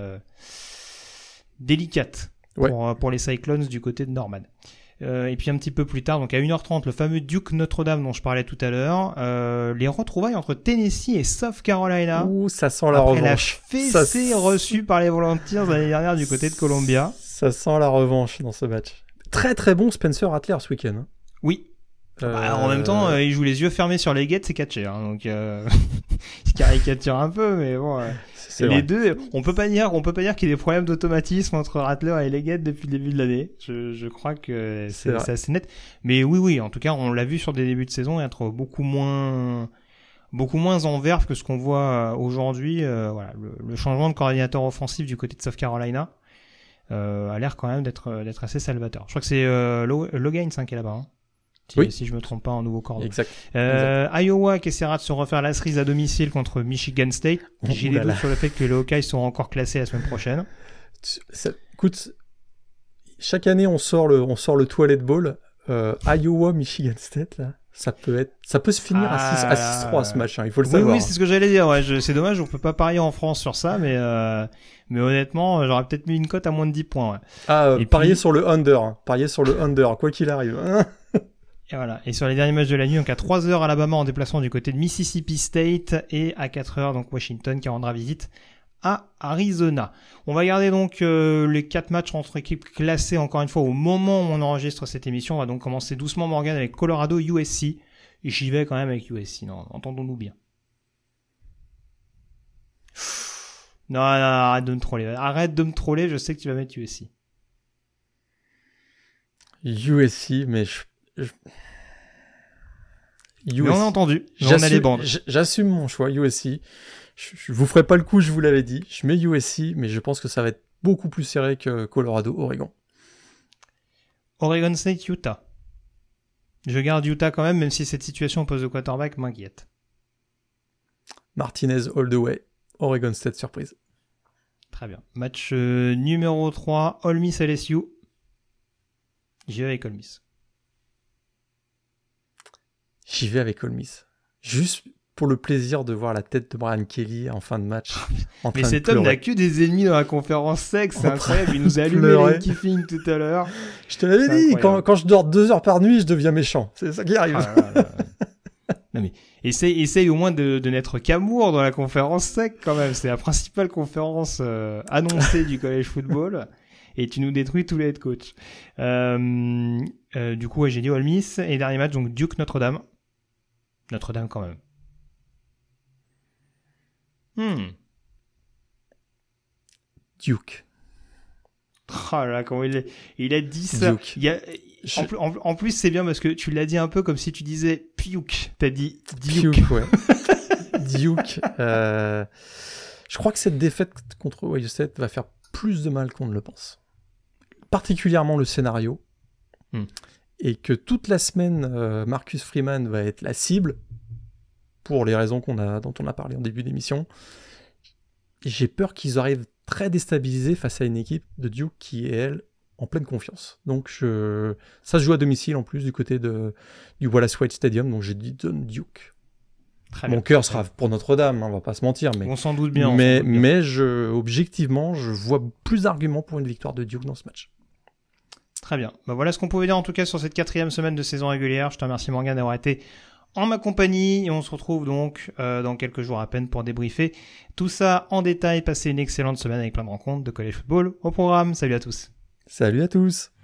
délicate pour les Cyclones du côté de Norman. Et puis un petit peu plus tard, donc à 1h30, le fameux Duke Notre-Dame dont je parlais tout à l'heure, les retrouvailles entre Tennessee et South Carolina. Ouh, ça sent la revanche. Après la fessée reçue par les Volunteers l'année dernière du côté de Columbia. Ça sent la revanche dans ce match. Très très bon Spencer Rattler ce week-end. Hein. Oui. En même temps, il joue les yeux fermés sur les gates, c'est catché. Hein, donc, il caricature un peu, mais bon. C'est les deux, on peut pas dire qu'il y ait des problèmes d'automatisme entre Rattler et Leggett depuis le début de l'année. Je crois que c'est assez net. Mais oui, en tout cas, on l'a vu sur des débuts de saison être beaucoup moins en verve que ce qu'on voit aujourd'hui. Voilà, le changement de coordinateur offensif du côté de South Carolina a l'air quand même d'être assez salvateur. Je crois que c'est Logan 5 qui est là-bas. Hein. Si je me trompe pas en nouveau cordon. Exact. Iowa qui essaiera de se refaire la cerise à domicile contre Michigan State. J'ai des doutes sur le fait que les Hawkeyes seront encore classés la semaine prochaine. Écoute, chaque année on sort le toilet ball. Iowa, Michigan State là. Ça peut se finir à 6-3 ce match, hein, il faut le savoir. Oui, c'est ce que j'allais dire. Ouais, c'est dommage, on peut pas parier en France sur ça, mais honnêtement, j'aurais peut-être mis une cote à moins de 10 points. Ouais. Et parier sur le under, quoi qu'il arrive. Et voilà. Et sur les derniers matchs de la nuit, donc à 3h Alabama en déplacement du côté de Mississippi State et à 4h donc Washington qui rendra visite à Arizona. On va garder donc les 4 matchs entre équipes classées encore une fois au moment où on enregistre cette émission. On va donc commencer doucement Morgan avec Colorado USC. Et j'y vais quand même avec USC, non, entendons-nous bien. Non, arrête de me troller, je sais que tu vas mettre USC. USC, mais mais on a entendu, on a les bandes. J'assume mon choix, USC. Je vous ferai pas le coup, je vous l'avais dit. Je mets USC, mais je pense que ça va être beaucoup plus serré que Colorado, Oregon. Oregon State, Utah. Je garde Utah quand même si cette situation au poste de quarterback m'inquiète. Martinez all the way. Oregon State surprise. Très bien. Match numéro 3, Ole Miss LSU. J'y vais avec Ole Miss. J'y vais avec Ole Miss. Juste pour le plaisir de voir la tête de Brian Kelly en fin de match. Mais cet homme n'a que des ennemis dans la conférence sec, c'est incroyable. Il nous a allumé les kiffing tout à l'heure. Je te l'avais dit, quand je dors 2 heures par nuit, je deviens méchant. C'est ça qui arrive. Non mais essaye au moins de n'être qu'amour dans la conférence sec quand même. C'est la principale conférence annoncée du college football. Et tu nous détruis tous les head coachs. Du coup, j'ai dit Ole Miss. Et dernier match, donc Duke Notre-Dame. Notre-Dame quand même. Duke. Oh là, comment il a dit ça. En plus, c'est bien parce que tu l'as dit un peu comme si tu disais Puke. T'as dit Duke. Puke, ouais. Duke. Je crois que cette défaite contre Ohio State va faire plus de mal qu'on ne le pense. Particulièrement le scénario. Et que toute la semaine, Marcus Freeman va être la cible pour les raisons dont on a parlé en début d'émission. J'ai peur qu'ils arrivent très déstabilisés face à une équipe de Duke qui est, elle, en pleine confiance. Donc, ça se joue à domicile en plus du côté du Wallace White Stadium, donc j'ai dit Duke. Mon cœur sera pour Notre-Dame, on va pas se mentir. Mais, on s'en doute bien. Mais objectivement, je vois plus d'arguments pour une victoire de Duke dans ce match. Très bien. Voilà ce qu'on pouvait dire en tout cas sur cette 4e semaine de saison régulière. Je te remercie Morgan d'avoir été en ma compagnie et on se retrouve donc dans quelques jours à peine pour débriefer tout ça en détail. Passez une excellente semaine avec plein de rencontres de college football au programme. Salut à tous. Salut à tous.